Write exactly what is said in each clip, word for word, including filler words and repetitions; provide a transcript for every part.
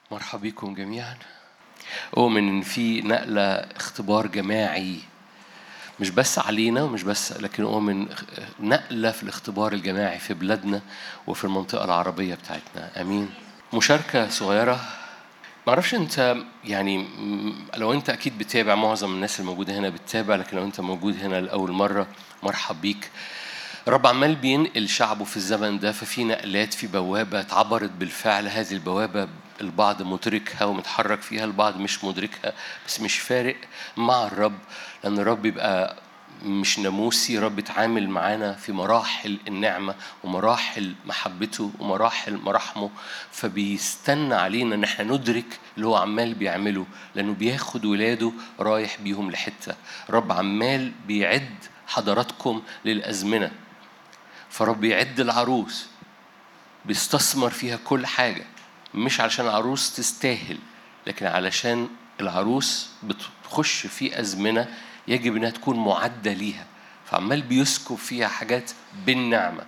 مرحبا بكم جميعا. أؤمن إن في نقلة اختبار جماعي مش بس علينا ومش بس، لكن أؤمن نقلة في الاختبار الجماعي في بلادنا وفي المنطقة العربية بتاعتنا. أمين. مشاركة صغيرة. معرفش أنت يعني لو أنت أكيد بتتابع، معظم الناس الموجودة هنا بتتابع، لكن لو أنت موجود هنا لأول مرة مرحب بيك. رب عمال بينقل شعبه في الزمن ده، ففي نقلات، في بوابة اتعبرت بالفعل. هذه البوابة البعض مدركها ومتحرك فيها، البعض مش مدركها، بس مش فارق مع الرب، لأن الرب يبقى مش ناموسي. رب يتعامل معانا في مراحل النعمة ومراحل محبته ومراحل مراحمه، فبيستنى علينا ان احنا ندرك اللي هو عمال بيعمله، لأنه بياخد ولاده رايح بيهم لحتة. رب عمال بيعد حضراتكم للأزمنة، فرب يعد العروس، بيستثمر فيها كل حاجة، مش علشان العروس تستاهل، لكن علشان العروس بتخش في أزمنة يجب أنها تكون معدة ليها، فعمال بيسكب فيها حاجات بالنعمة.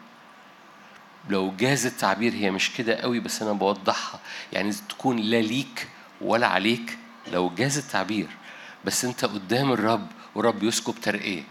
لو جاز التعبير هي مش كده قوي، بس أنا بوضحها، يعني تكون لا ليك ولا عليك، لو جاز التعبير، بس أنت قدام الرب ورب يسكب ترقية.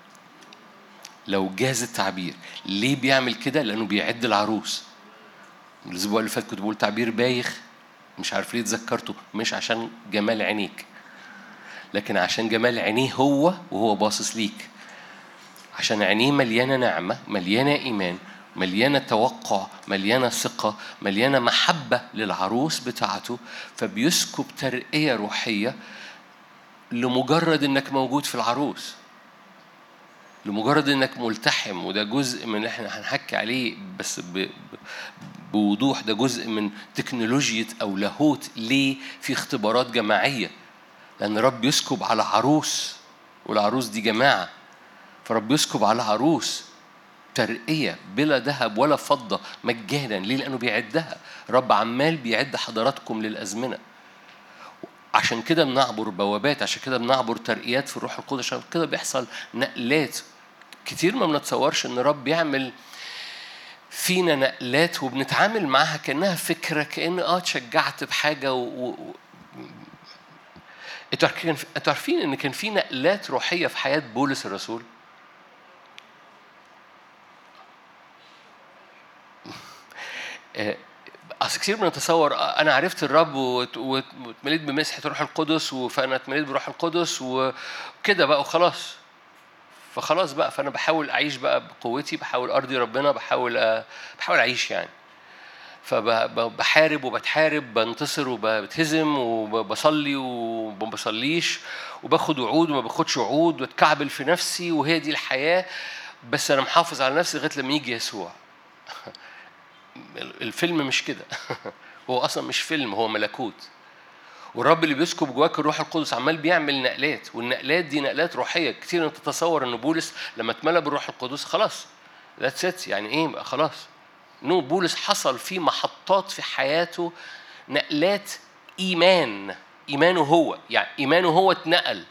لو جاز التعبير. ليه بيعمل كده؟ لأنه بيعد العروس. الأسبوع اللي فات كنت بقول تعبير بايخ، مش عارف ليه اتذكرته، مش عشان جمال عينيك، لكن عشان جمال عينيه هو وهو باصص ليك، عشان عينيه مليانة نعمة، مليانة إيمان، مليانة توقع، مليانة ثقة، مليانة محبة للعروس بتاعته، فبيسكب ترقية روحية لمجرد إنك موجود في العروس، لمجرد إنك ملتحم. وده جزء من إحنا هنحكي عليه بس ب... بوضوح، ده جزء من تكنولوجيا أو لاهوت. ليه في اختبارات جماعية؟ لأن رب يسكب على عروس، والعروس دي جماعة، فرب يسكب على عروس ترقية بلا ذهب ولا فضة مجانا. ليه؟ لأنه بيعدها. رب عمال بيعد حضراتكم للأزمنة. عشان كده بنعبر بوابات، عشان كده بنعبر ترقيات في الروح القدس، عشان كده بيحصل نقلات كتير ما بنتصورش إن رب يعمل فينا نقلات وبنتعامل معها كأنها فكرة، كأن آه تشجعت بحاجة و... و... انتوا عارفين إن كان في نقلات روحية في حياة بولس الرسول. أصل كتير بنتصور أنا عرفت الرب واتمليت بمسحة روح القدس، فأنا اتمليت بروح القدس وكده بقى وخلاص، فخلاص بقى فأنا بحاول أعيش بقى بقوتي، بحاول أرضي ربنا، بحاول بحاول أعيش يعني، فبحارب وبتحارب، بنتصر وبتهزم، وبصلي وما بصليش، وباخد وعود وما باخدش وعود، واتكعبل في نفسي، وهي دي الحياة. بس أنا محافظ على نفسي لغاية لما يجي يسوع. الفيلم مش كده. هو أصلا مش فيلم، هو ملكوت. والرب اللي بيسكب جواك الروح القدس عمال بيعمل نقلات، والنقلات دي نقلات روحية. كتير انت تتصور ان بولس لما اتملى بالروح القدس خلاص that's it، يعني ايه خلاص. نو، بولس حصل في محطات في حياته نقلات إيمان. إيمانه هو، يعني إيمانه هو اتنقل.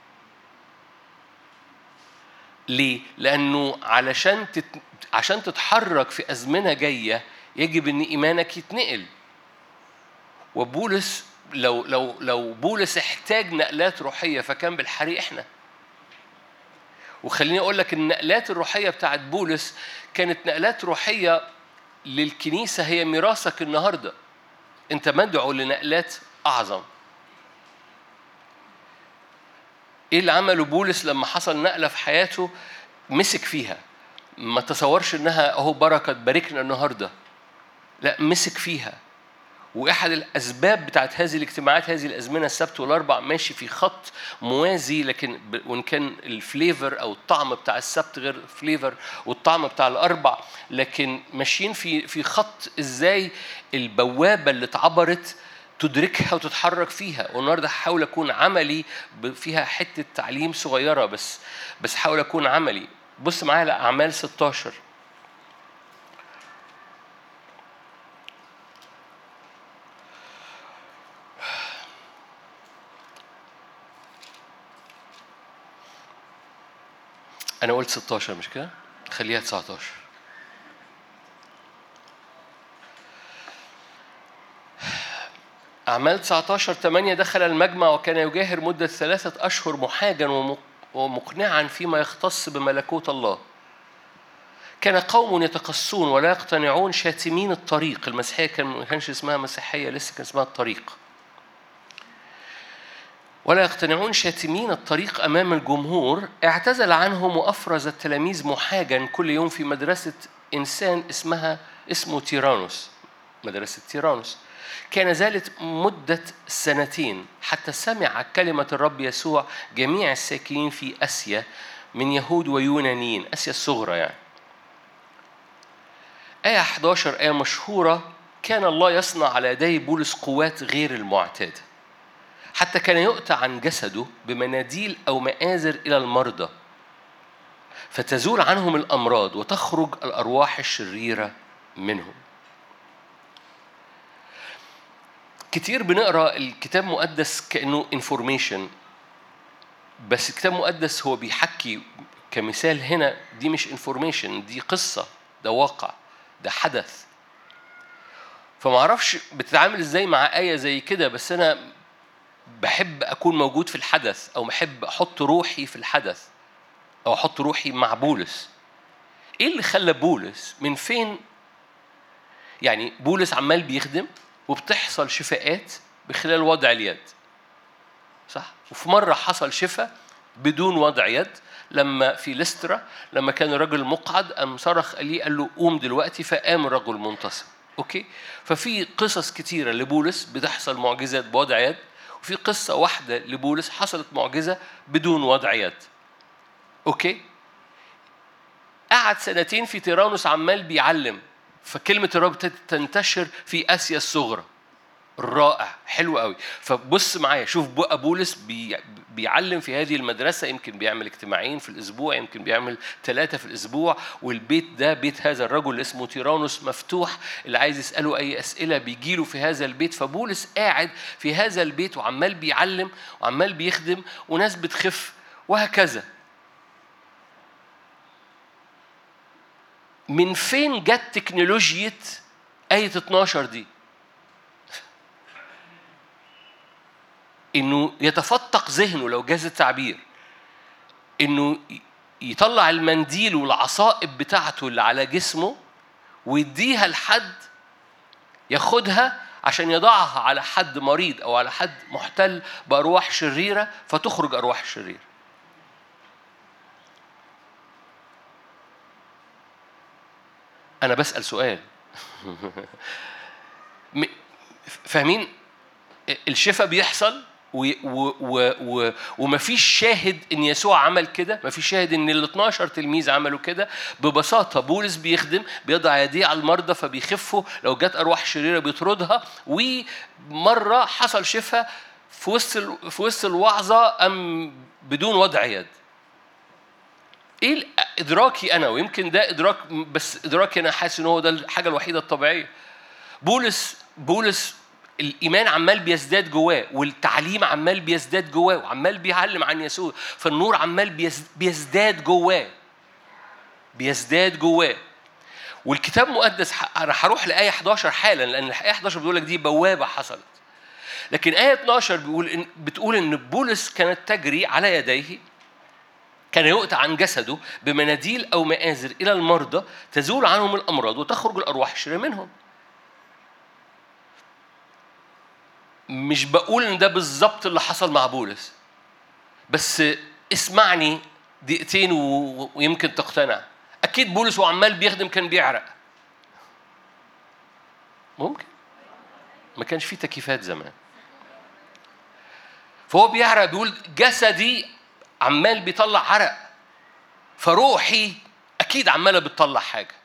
ليه؟ لأنه علشان تت... عشان تتحرك في أزمنة جاية يجب أن إيمانك يتنقل. وبولس لو لو لو بولس احتاج نقلات روحية فكان بالحري إحنا. وخليني أقول لك النقلات الروحية بتاعت بولس كانت نقلات روحية للكنيسة، هي ميراثك النهاردة. أنت مدعو لنقلات أعظم. إيه اللي عمله بولس لما حصل نقلة في حياته؟ مسك فيها. ما تصورش إنها أهو بركة تباركنا النهاردة، لا، مسك فيها. وأحد الأسباب بتاعت هذه الاجتماعات، هذه الأزمنة السبت والأربع ماشي في خط موازي، لكن وإن كان الفليفر أو الطعم بتاع السبت غير فليفر والطعم بتاع الأربع، لكن ماشيين في في خط إزاي البوابة اللي اتعبرت تدركها وتتحرك فيها. والنهارده هحاول أكون عملي، فيها حتة تعليم صغيرة بس بس حاول أكون عملي. بص معايا لأعمال ستاشر. أنا قلت ستاشر مش كده؟ خليها تسعتاشر. أعمال تسعتاشر ثمانية دخل المجمع وكان يجاهر مدة ثلاثة أشهر محاجا ومقنعا فيما يختص بملكوت الله. كان قوم يتقصون ولا يقتنعون شاتمين الطريق. المسيحية كان ما كانش اسمها مسيحية لسه، كان اسمها الطريق. ولا يقتنعون شاتمين الطريق أمام الجمهور. اعتزل عنهم وأفرز التلاميذ محاجا كل يوم في مدرسة إنسان اسمها اسمه تيرانوس، مدرسة تيرانوس. كان ذلك مدة سنتين حتى سمع كلمة الرب يسوع جميع الساكنين في آسيا من يهود ويونانيين، آسيا الصغرى يعني. آية إحدى عشر آية مشهورة: كان الله يصنع على يدي بولس قوات غير المعتادة، حتى كان يؤتى عن جسده بمناديل أو مآزر إلى المرضى فتزول عنهم الأمراض وتخرج الأرواح الشريرة منهم. كتير بنقرأ الكتاب المقدس كأنه information، بس الكتاب المقدس هو بيحكي كمثال هنا. دي مش information، دي قصة، ده واقع، ده حدث. فما أعرفش بتتعامل إزاي مع آية زي كده، بس أنا بحب أكون موجود في الحدث، أو بحب أحط روحي في الحدث، أو أحط روحي مع بولس. إيه اللي خلى بولس من فين؟ يعني بولس عمال بيخدم وبتحصل شفاءات بخلال وضع اليد، صح؟ وفي مرة حصل شفاء بدون وضع يد، لما في لسترا لما كان الرجل مقعد أم صرخ لي قال له قوم دلوقتي، فقام الرجل منتصب. أوكي؟ ففي قصص كتيرة لبولس بتحصل معجزات بوضع يد، وفي قصة واحدة لبولس حصلت معجزة بدون وضع يد. أوكي؟ قعد سنتين في تيرانوس عمال بيعلم، فكلمة الرب تنتشر في آسيا الصغرى. رائع، حلو قوي. فبص معايا، شوف بقى بولس بي بيعلم في هذه المدرسة، يمكن بيعمل اجتماعين في الأسبوع، يمكن بيعمل ثلاثة في الأسبوع، والبيت ده بيت هذا الرجل اللي اسمه تيرانوس مفتوح، اللي عايز يسأله أي أسئلة بيجيله في هذا البيت. فبولس قاعد في هذا البيت وعمال بيعلم وعمال بيخدم، وناس بتخف وهكذا. من فين جت تكنولوجيا آية اتناشر دي؟ إنه يتفتق ذهنه لو جاز التعبير، إنه يطلع المنديل والعصائب بتاعته اللي على جسمه ويديها لحد ياخدها عشان يضعها على حد مريض أو على حد محتل بأرواح شريرة، فتخرج أرواح شريرة. أنا بسأل سؤال فاهمين؟ الشفاء بيحصل و و و ومفيش شاهد إن يسوع عمل كده، مفيش شاهد إن ال اتناشر تلميذ عملوا كده. ببساطة بولس بيخدم، بيضع يديه على المرضى فبيخفوا، لو جت أرواح شريرة بيطردها. ومرة حصل شفاء في وسط في وسط الوعظة أم بدون وضع يد. إيه إدراكي أنا، ويمكن ده إدراك، بس إدراكي أنا حاسس إن هو ده الحاجة الوحيدة الطبيعية. بولس بولس الإيمان عمال بيزداد جواه، والتعليم عمال بيزداد جواه، وعمال بيعلم عن يسوع، فالنور عمال بيزداد جواه بيزداد جواه. والكتاب المقدس راح أروح لآية إحدى عشر حالا، لأن الآية إحدى عشر بيقول لك دي بوابة حصلت. لكن آية اتناشر بيقول إن بتقول إن بولس كانت تجري على يديه، كان يؤتى عن جسده بمناديل أو مآزر إلى المرضى تزول عنهم الأمراض وتخرج الأرواح الشريرة منهم. مش بقول إن ده بالظبط اللي حصل مع بولس، بس اسمعني دقيقتين ويمكن تقتنع. أكيد بولس وعمال بيخدم كان بيعرق، ممكن ما كانش فيه تكييفات زمان، فهو بيعرق. بيقول جسدي عمال بيطلع عرق، فروحي أكيد عمالة بتطلع حاجة،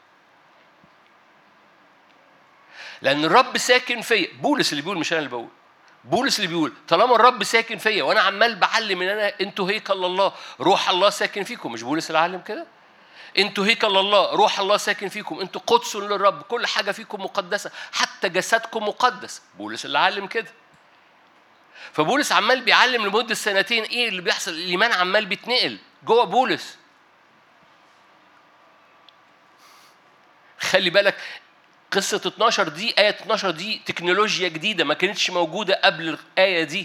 لأن الرب ساكن فيا. بولس اللي بيقول، مش أنا اللي بقول. بولس اللي بيقول طالما الرب ساكن فيا وأنا عمال بعلم إن أنا أنتوا هيكل الله، روح الله ساكن فيكم. مش بولس اللي علم كده؟ أنتوا هيكل الله، روح الله ساكن فيكم، أنتوا قدس للرب، كل حاجة فيكم مقدسة، حتى جسدكم مقدس. بولس اللي علم كده. فبولس عمال بيعلم لمدة سنتين. إيه اللي بيحصل؟ الإيمان عمال بيتنقل جوه بولس. خلي بالك، قصة اتناشر دي، آية اتناشر دي تكنولوجيا جديدة ما كانتش موجودة قبل الآية دي.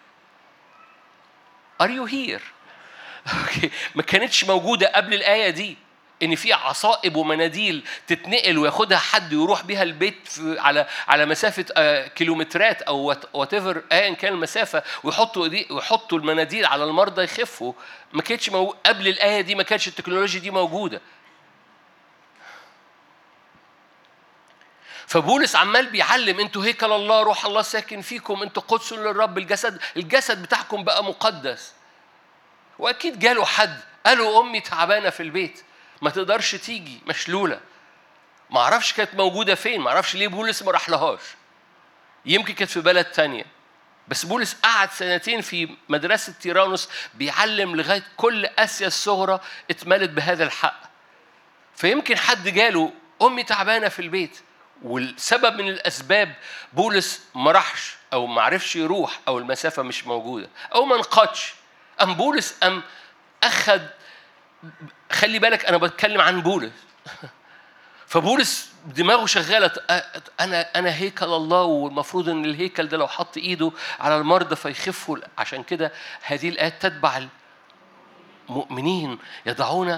Are you here؟ ما كانتش موجودة قبل الآية دي، إن في عصائب ومناديل تتنقل وياخدها حد ويروح بيها البيت في على على مسافة آه كيلومترات أو whatever أيا كان المسافة، ويحطوا دي ويحطوا المناديل على المرضى يخفوا. ما كانتش مو... قبل الآية دي ما كانتش التكنولوجيا دي موجودة. فبولس عمال بيعلم انتوا هيكل الله، روح الله ساكن فيكم، انتوا قدس للرب، الجسد الجسد بتاعكم بقى مقدس. واكيد جاله حد قالوا امي تعبانه في البيت ما تقدرش تيجي مشلوله، ما اعرفش كانت موجوده فين، ما اعرفش ليه بولس ما راح لهاش، يمكن كانت في بلد تانية. بس بولس قعد سنتين في مدرسه تيرانوس بيعلم لغايه كل اسيا الصغرى اتملت بهذا الحق. فيمكن حد جاله امي تعبانه في البيت، والسبب من الأسباب بولس ما راحش أو ما عرفش يروح أو المسافة مش موجودة أو ما نقدش. أم بولس أم أخذ، خلي بالك أنا بتكلم عن بولس. فبولس دماغه شغالة، أنا أنا هيكل الله، والمفروض إن الهيكل ده لو حط إيده على المرضى فيخفوا. عشان كده هذه الآيات تتبع المؤمنين يضعون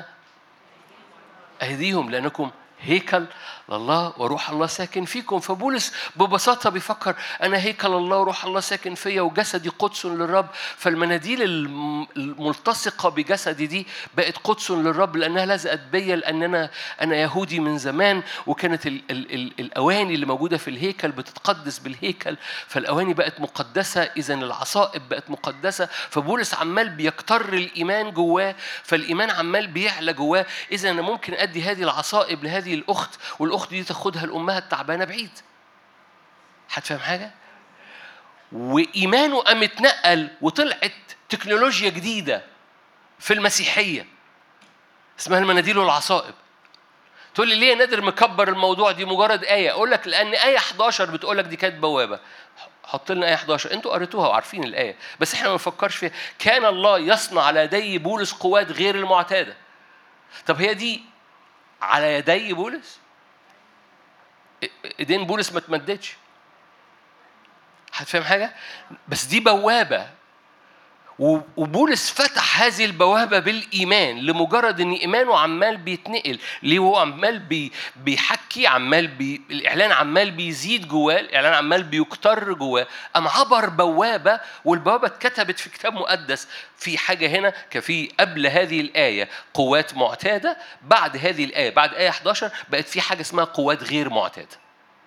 أيديهم لأنكم هيكل لله وروح الله ساكن فيكم. فبولس ببساطة بيفكر أنا هيكل الله وروح الله ساكن فيا وجسدي قدس للرب. فالمناديل الملتصقة بجسدي دي بقت قدس للرب لأنها لزقت بيا، لأن أنا أنا يهودي من زمان، وكانت ال ال ال الأواني اللي موجودة في الهيكل بتتقدس بالهيكل، فالأواني بقت مقدسة، إذن العصائب بقت مقدسة. فبولس عمال بيكتر الإيمان جواه، فالإيمان عمال بيعلى جواه. إذن أنا ممكن أدي هذه العصائب لهذه الأخت، والأخت دي تاخدها لأمها التعبانة بعيد. هتفهم حاجة؟ وإيمانه قام اتنقل وطلعت تكنولوجيا جديدة في المسيحية اسمها المناديل والعصائب. تقول لي ليه يا نادر مكبر الموضوع؟ دي مجرد آية. أقول لك لأن آية إحداشر بتقول لك دي كانت بوابة. حط لنا آية إحداشر، أنتوا قريتوها وعارفين الآية، بس إحنا ما بنفكرش فيها. كان الله يصنع على يدي بولس قوات غير المعتادة. طب هي دي على يدي بولس؟ ايدين بولس ما تمددش. هتفهم حاجه؟ بس دي بوابه، وبولس فتح هذه البوابه بالايمان، لمجرد ان ايمانه عمال بيتنقل ليه، هو عمال بي بيحكي، عمال بي الاعلان عمال بيزيد جواه، الاعلان عمال بيكتر جواه. ام عبر بوابه، والبوابه اتكتبت في كتاب مقدس. في حاجه هنا كفي قبل هذه الايه قوات معتاده، بعد هذه الايه بعد ايه إحداشر بقت في حاجه اسمها قوات غير معتاده.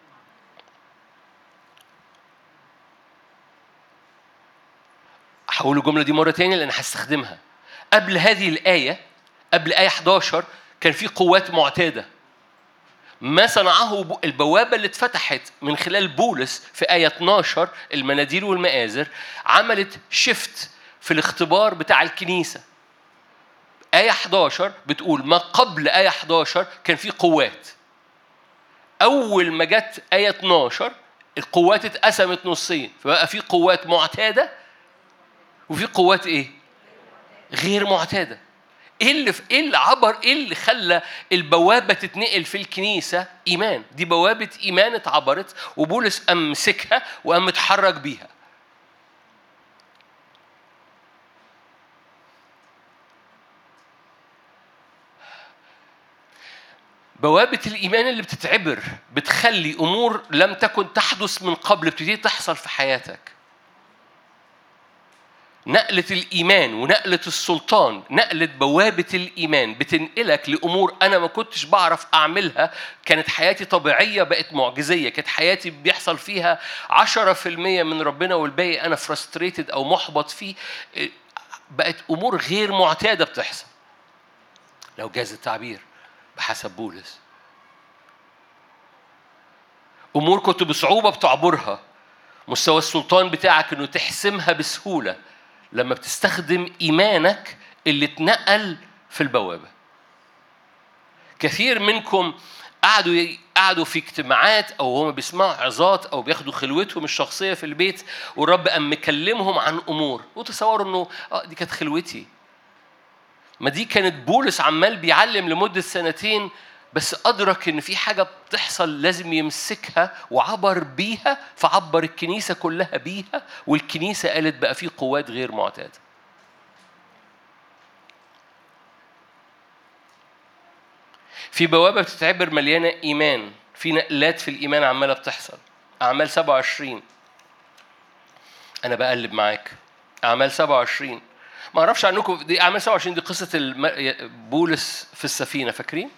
هقول الجملة دي مرة تانية لأن هستخدمها. قبل هذه الآية، قبل آية إحداشر كان في قوات معتادة. ما صنعه البوابة اللي اتفتحت من خلال بولس في آية اتناشر، المناديل والمآزر، عملت شيفت في الاختبار بتاع الكنيسة. آية إحداشر بتقول ما قبل آية إحداشر كان في قوات. أول ما جت آية اتناشر القوات اتقسمت نصين، فبقى في قوات معتادة وفي قوات ايه؟ غير معتاده. ايه اللي ايه اللي عبر، ايه اللي خلى البوابه تتنقل في الكنيسه؟ ايمان. دي بوابه ايمان اتعبرت، وبولس امسكها وقام اتحرك بيها. بوابه الايمان اللي بتتعبر بتخلي امور لم تكن تحدث من قبل بتبتدي تحصل في حياتك. نقلة الإيمان ونقلة السلطان، نقلة بوابة الإيمان بتنقلك لأمور أنا ما كنتش بعرف أعملها. كانت حياتي طبيعية بقت معجزية. كانت حياتي بيحصل فيها عشرة في المية من ربنا والباقي أنا فرستريتد أو محبط فيه. بقت أمور غير معتادة بتحصل، لو جاز التعبير بحسب بولس. أمور كنت بصعوبة بتعبرها. مستوى السلطان بتاعك إنه تحسمها بسهولة لما بتستخدم إيمانك اللي اتنقل في البوابة. كثير منكم قعدوا قعدوا في اجتماعات أو هم بيسمعوا عظات أو بياخدوا خلوتهم الشخصية في البيت، والرب قام مكلمهم عن أمور وتصوروا إنه آه دي كانت خلوتي. ما دي كانت بولس عمال بيعلم لمدة سنتين بس أدرك إن في حاجة بتحصل لازم يمسكها وعبر بيها، فعبر الكنيسة كلها بيها، والكنيسة قالت بقى في قوات غير معتادة. في بوابة بتتعبر مليانة إيمان، في نقلات في الإيمان عمالة بتحصل. أعمال سبعة وعشرين، أنا بقلب معاك. أعمال سبعة وعشرين، ما أعرفش عنكم، دي أعمال سبعة وعشرين دي قصة بولس في السفينة، فاكرين؟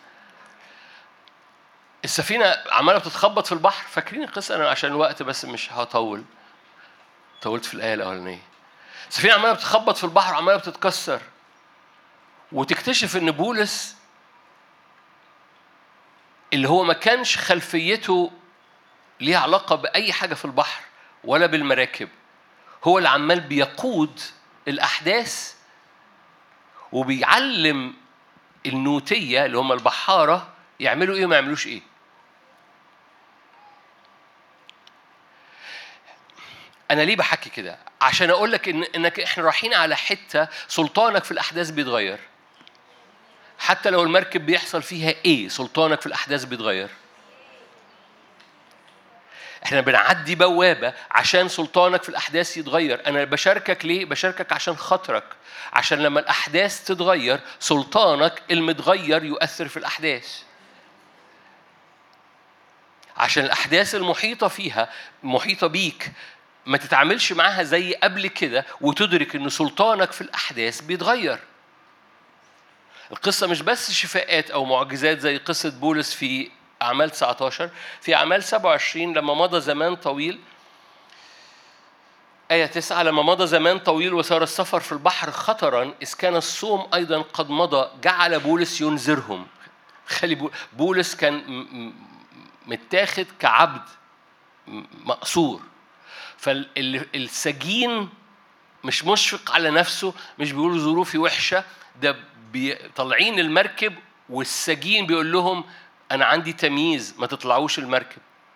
السفينة عمالة بتتخبط في البحر، فاكرين القصة؟ أنا عشان الوقت بس مش هطول، طولت في الآية الأولانية. السفينة عمالة بتتخبط في البحر وعمالة بتتكسر، وتكتشف إن بولس اللي هو ما كانش خلفيته ليه علاقة بأي حاجة في البحر ولا بالمراكب، هو اللي عمال بيقود الأحداث وبيعلم النوتية اللي هم البحارة يعملوا إيه وما يعملوش إيه. أنا ليه بحكي كده؟ عشان أقول لك إن إنك إحنا رايحين على حتة سلطانك في الأحداث بيتغير. حتى لو المركب بيحصل فيها إيه، سلطانك في الأحداث بيتغير. إحنا بنعدي بوابة عشان سلطانك في الأحداث يتغير. أنا بشاركك ليه؟ بشاركك عشان خاطرك، عشان لما الأحداث تتغير سلطانك المتغير يؤثر في الأحداث. عشان الأحداث المحيطة فيها محيطة بيك ما تتعاملش معاها زي قبل كده، وتدرك إن سلطانك في الأحداث بيتغير. القصة مش بس شفاءات أو معجزات زي قصة بولس في أعمال تسعة عشر، في أعمال سبعة وعشرين لما مضى زمان طويل، آية تسعة، لما مضى زمان طويل وصار السفر في البحر خطرا إذ كان الصوم أيضا قد مضى، جعل بولس ينذرهم. خلي بولس كان متاخد كعبد مقصور، فالسجين مش مشفق على نفسه، مش بيقولوا ظروفي وحشة، ده طالعين المركب والسجين بيقول لهم أنا عندي تمييز، ما تطلعوش المركب.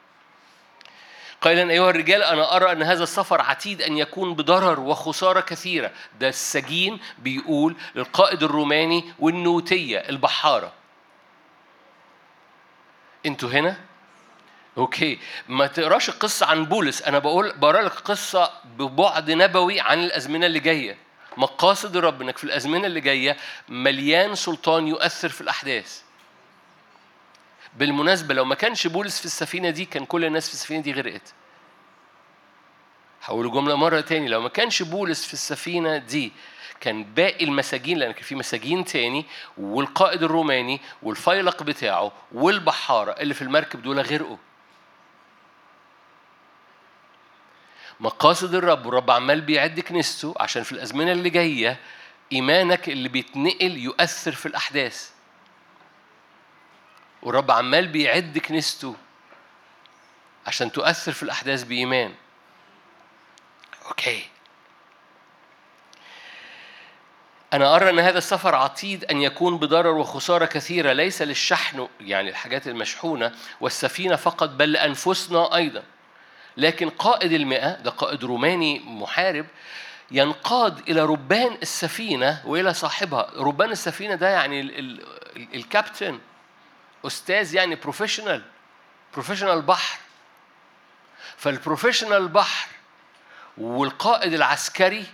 قائلا أيها الرجال أنا أرى أن هذا السفر عتيد أن يكون بضرر وخسارة كثيرة. ده السجين بيقول للقائد الروماني والنوتية البحارة. أنتوا هنا؟ أوكي، ما تقراش القصة عن بولس، أنا بقول بقرأ لك قصة ببعد نبوي عن الأزمنة اللي جاية. مقاصد الرب إنك في الأزمنة اللي جاية مليان سلطان يؤثر في الأحداث. بالمناسبة لو ما كانش بولس في السفينة دي كان كل الناس في السفينة دي غرقت. هقول جملة مرة تاني، لو ما كانش بولس في السفينة دي كان باقي المساجين، لأن كان في مساجين تاني والقائد الروماني والفيلق بتاعه والبحارة اللي في المركب دول غرقوا. مقاصد الرب، والرب عمال بيعد كنيسته عشان في الأزمنة اللي جاية إيمانك اللي بيتنقل يؤثر في الأحداث. والرب عمال بيعد كنيسته عشان تؤثر في الأحداث بإيمان. أوكي، أنا أرى أن هذا السفر عتيد أن يكون بضرر وخسارة كثيرة، ليس للشحن يعني الحاجات المشحونة والسفينة فقط، بل لأنفسنا أيضا. لكن قائد المئة، ده قائد روماني محارب، ينقاد إلى ربان السفينة وإلى صاحبها. ربان السفينة ده يعني ال ال ال الكابتن، أستاذ، يعني بروفيشنال بروفيشنال بحر. فالبروفيشنال بحر والقائد العسكري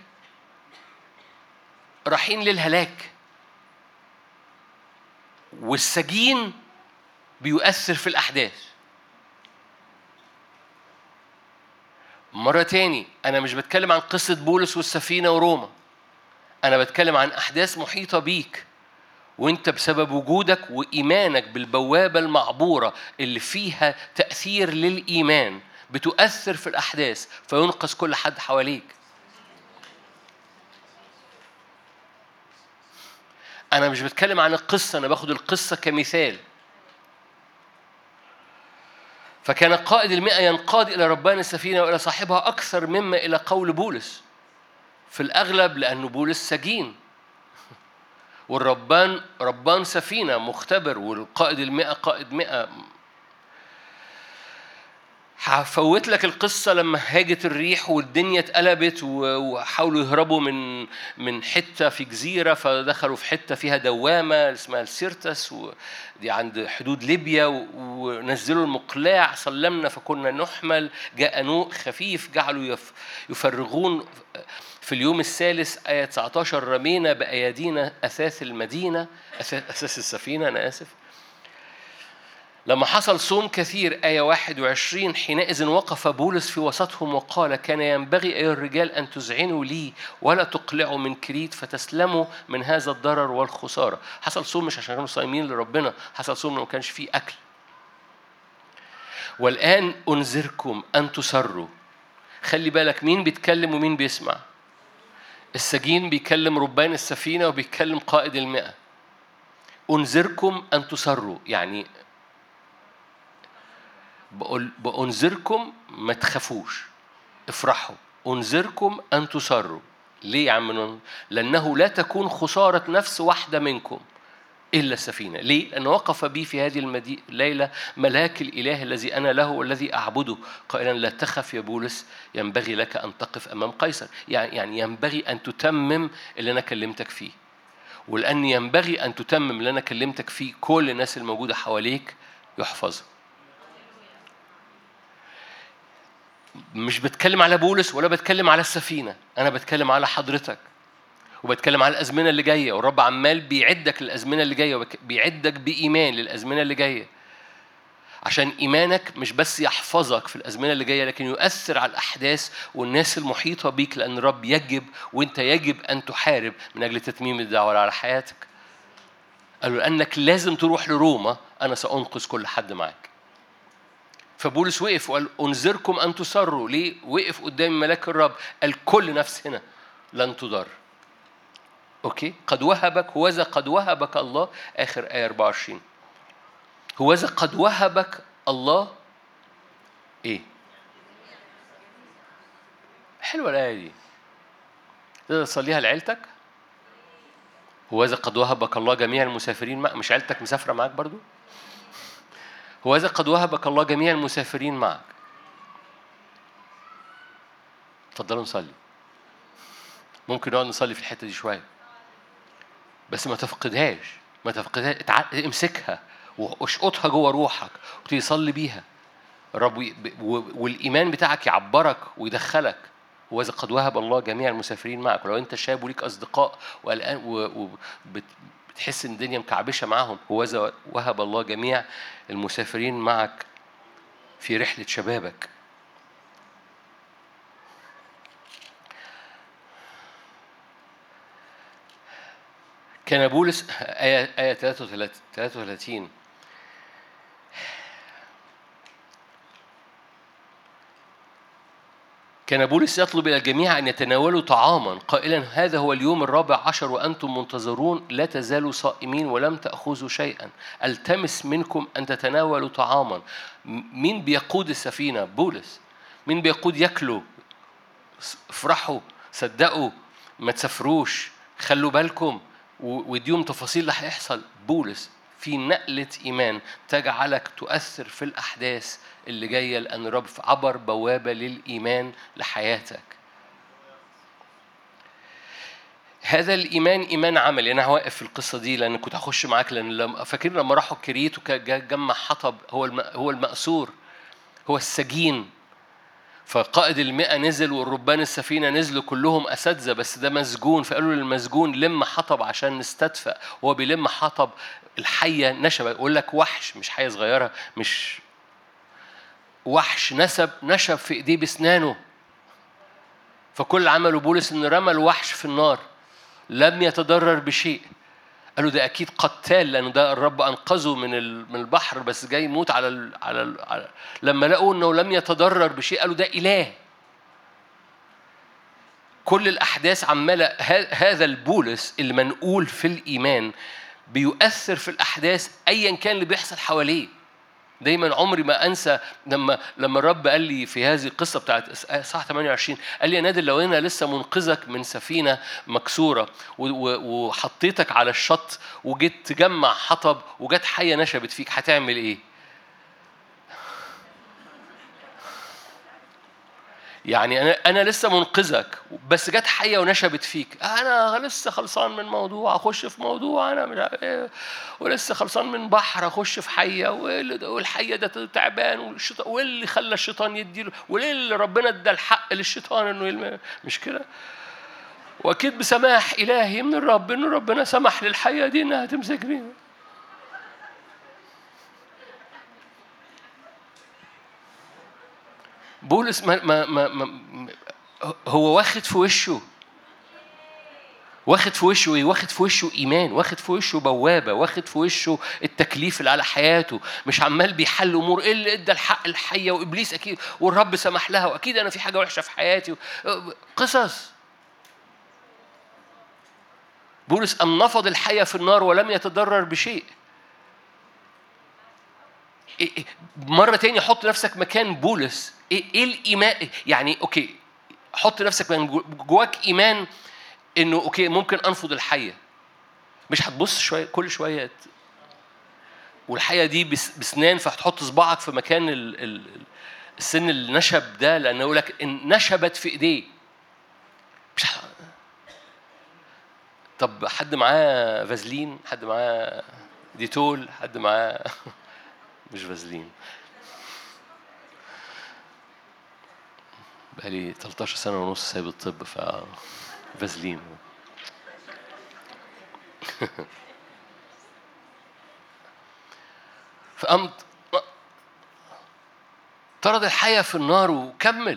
رايحين للهلاك، والسجين بيؤثر في الأحداث. مرة تاني، أنا مش بتكلم عن قصة بولس والسفينة وروما، أنا بتكلم عن أحداث محيطة بيك، وإنت بسبب وجودك وإيمانك بالبوابة المعبورة اللي فيها تأثير للإيمان بتؤثر في الأحداث فينقذ كل حد حواليك. أنا مش بتكلم عن القصة، أنا باخد القصة كمثال. فكان قائد المئة ينقاد إلى ربان السفينة وإلى صاحبها أكثر مما إلى قول بولس، في الأغلب لأنه بولس سجين والربان ربان سفينة مختبر، والقائد المئة قائد مئة. هفوت لك القصة لما هاجت الريح والدنيا اتقلبت وحاولوا يهربوا من من حتة في جزيرة، فدخلوا في حتة فيها دوامة اسمها السيرتس ودي عند حدود ليبيا، ونزلوا المقلاع سلمنا فكنا نحمل، جاء نوء خفيف جعلوا يفرغون في اليوم الثالث آية تسعة عشر رمينا بأيادينا أثاث المدينة، أساس السفينة أنا آسف. لما حصل صوم كثير آية واحد وعشرين حينئذ وقف بولس في وسطهم وقال كان ينبغي أيها الرجال أن تذعنوا لي ولا تقلعوا من كريت فتسلموا من هذا الضرر والخسارة. حصل صوم مش عشان كانوا صايمين لربنا، حصل صوم ما كانش فيه أكل. والآن أنذركم أن تسروا. خلي بالك مين بيتكلم ومين بيسمع. السجين بيكلم ربان السفينة وبيكلم قائد المئة. أنذركم أن تسروا يعني بقول بأنذركم ما تخافوش، افرحوا. أنذركم أن تسروا. ليه يا عم؟ لأنه لا تكون خسارة نفس واحدة منكم إلا السفينة. ليه؟ لأنه وقف بي في هذه الليلة ملاك الإله الذي أنا له والذي أعبده قائلا لا تخف يا بولس، ينبغي لك أن تقف أمام قيصر. يعني ينبغي أن تتمم اللي أنا كلمتك فيه، ولأن ينبغي أن تتمم اللي أنا كلمتك فيه كل الناس الموجودة حواليك يحفظوا. مش بتكلم على بولس ولا بتكلم على السفينة، أنا بتكلم على حضرتك وبتكلم على الأزمنة اللي جاية، والرب عمال بيعدك للأزمنة اللي جاية وبيعدك بإيمان للأزمنة اللي جاية، عشان إيمانك مش بس يحفظك في الأزمنة اللي جاية لكن يؤثر على الأحداث والناس المحيطة بيك، لأن الرب يجب وإنت يجب أن تحارب من أجل تتميم الدعوة على حياتك. قالوا لأنك لازم تروح لروما أنا سأنقذ كل حد معك. فبولس وقف وقال أنذركم أن تسروا. ليه؟ وقف قدام ملاك الرب قال كل نفس هنا لن تضر. أوكي؟ قد وهبك هوذا قد وهبك الله. آخر آية أربعة وعشرين هوذا قد وهبك الله إيه؟ حلوة الآية دي، تقدر تصليها لعيلتك. هوذا قد وهبك الله جميع المسافرين معك. مش عيلتك مسافرة معك برضو؟ هوذا قد وهبك الله جميع المسافرين معك. تفضلوا نصلي. ممكن نقعد نصلي في الحتة دي شوية بس ما تفقدهاش، ما تفقدهاش. امسكها واشقطها جوه روحك وتصلي بيها رب، والإيمان بتاعك يعبرك ويدخلك. هوذا قد وهب الله جميع المسافرين معك. ولو أنت شاب وليك أصدقاء والآن وبتحس إن الدنيا مكعبشة معهم، هوذا وهب الله جميع المسافرين معك في رحلة شبابك. كان بولس آية آية ثلاثة وثلاثين كان بولس يطلب إلى الجميع أن يتناولوا طعاما قائلا هذا هو اليوم الرابع عشر وأنتم منتظرون لا تزالوا صائمين ولم تأخذوا شيئا، التمس منكم أن تتناولوا طعاما. مين بيقود السفينة؟ بولس. مين بيقود؟ ياكلوا، افرحوا، صدقوا، ما تسافروش، خلوا بالكم، وديهم تفاصيل اللي هيحصل. بولس في نقلة إيمان تجعلك تؤثر في الأحداث اللي جاية، لأن الرب عبر بوابة للإيمان لحياتك. هذا الإيمان إيمان عملي. أنا هوقف في القصة دي لأن كنت هخش معاك، لأن لما فاكرين لما راحوا كريت وجمع حطب، هو هو المأسور، هو السجين. فقائد المئة نزل والربان السفينة نزلوا كلهم أساتذة، بس ده مسجون. فقالوا للمسجون لم حطب عشان نستدفأ. هو بيلم حطب، الحية نشب. يقول لك وحش، مش حية صغيرة، مش وحش، نسب نشب في إيديه بسنانه. فكل عمله بولس إن رمى الوحش في النار، لم يتضرر بشيء. قالوا ده أكيد قتال لأنه ده الرب أنقذه من من البحر، بس جاي يموت على ال على, ال على لما لقوا إنه لم يتضرر بشيء قالوا ده إله. كل الأحداث عمالة، هذا البولس اللي منقول في الإيمان بيؤثر في الأحداث أيا كان اللي بيحصل حواليه. دايما عمري ما أنسى لما لما الرب قال لي في هذه القصة بتاعت صح ثمانية وعشرين، قال لي يا نادر لو أنا لسه منقذك من سفينة مكسورة وحطيتك على الشط وجيت تجمع حطب وجت حية نشبت فيك، هتعمل إيه؟ يعني أنا أنا لسه منقذك، بس جت حية ونشبت فيك. أنا لسه خلصان من موضوع أخش في موضوع أنا مش عارف إيه، ولسه خلصان من بحر أخش في حية، والحية ده تعبان، والشيطان واللي خلى الشيطان يديله، وليه اللي ربنا ادى الحق للشيطان إنه يلم... مش كده؟ وأكيد بسماح إلهي من الرب إنه ربنا سمح للحية دي إنها تمسكني. بولس ما ما ما ما هو واخد في وشه، واخد في وشه ايه؟ واخد في وشه ايمان، واخد في وشه بوابه، واخد في وشه التكليف اللي على حياته. مش عمال بيحل امور ايه اللي ادى الحق الحيه، وابليس اكيد والرب سمح لها، واكيد انا في حاجه وحشه في حياتي. قصص. بولس أم نفض الحية في النار ولم يتضرر بشيء. مرة تانية حط نفسك مكان بولس. إيه الإيمان؟ يعني أوكي، حط نفسك من جواك إيمان إنه أوكي ممكن أنفض الحية. مش هتبص شوية كل شوية والحية دي بسنان، فهتحط صباعك في مكان السن النشب ده، لأنه يقول لك إن نشبت في إيديه. مش ح... طب حد معاه فازلين؟ حد معاه ديتول؟ حد معاه مش فازلين؟ بقالي ثلاثة عشر سنة ونص سايب الطب، ف فازلين. فقمت طرد الحياة في النار وكمل،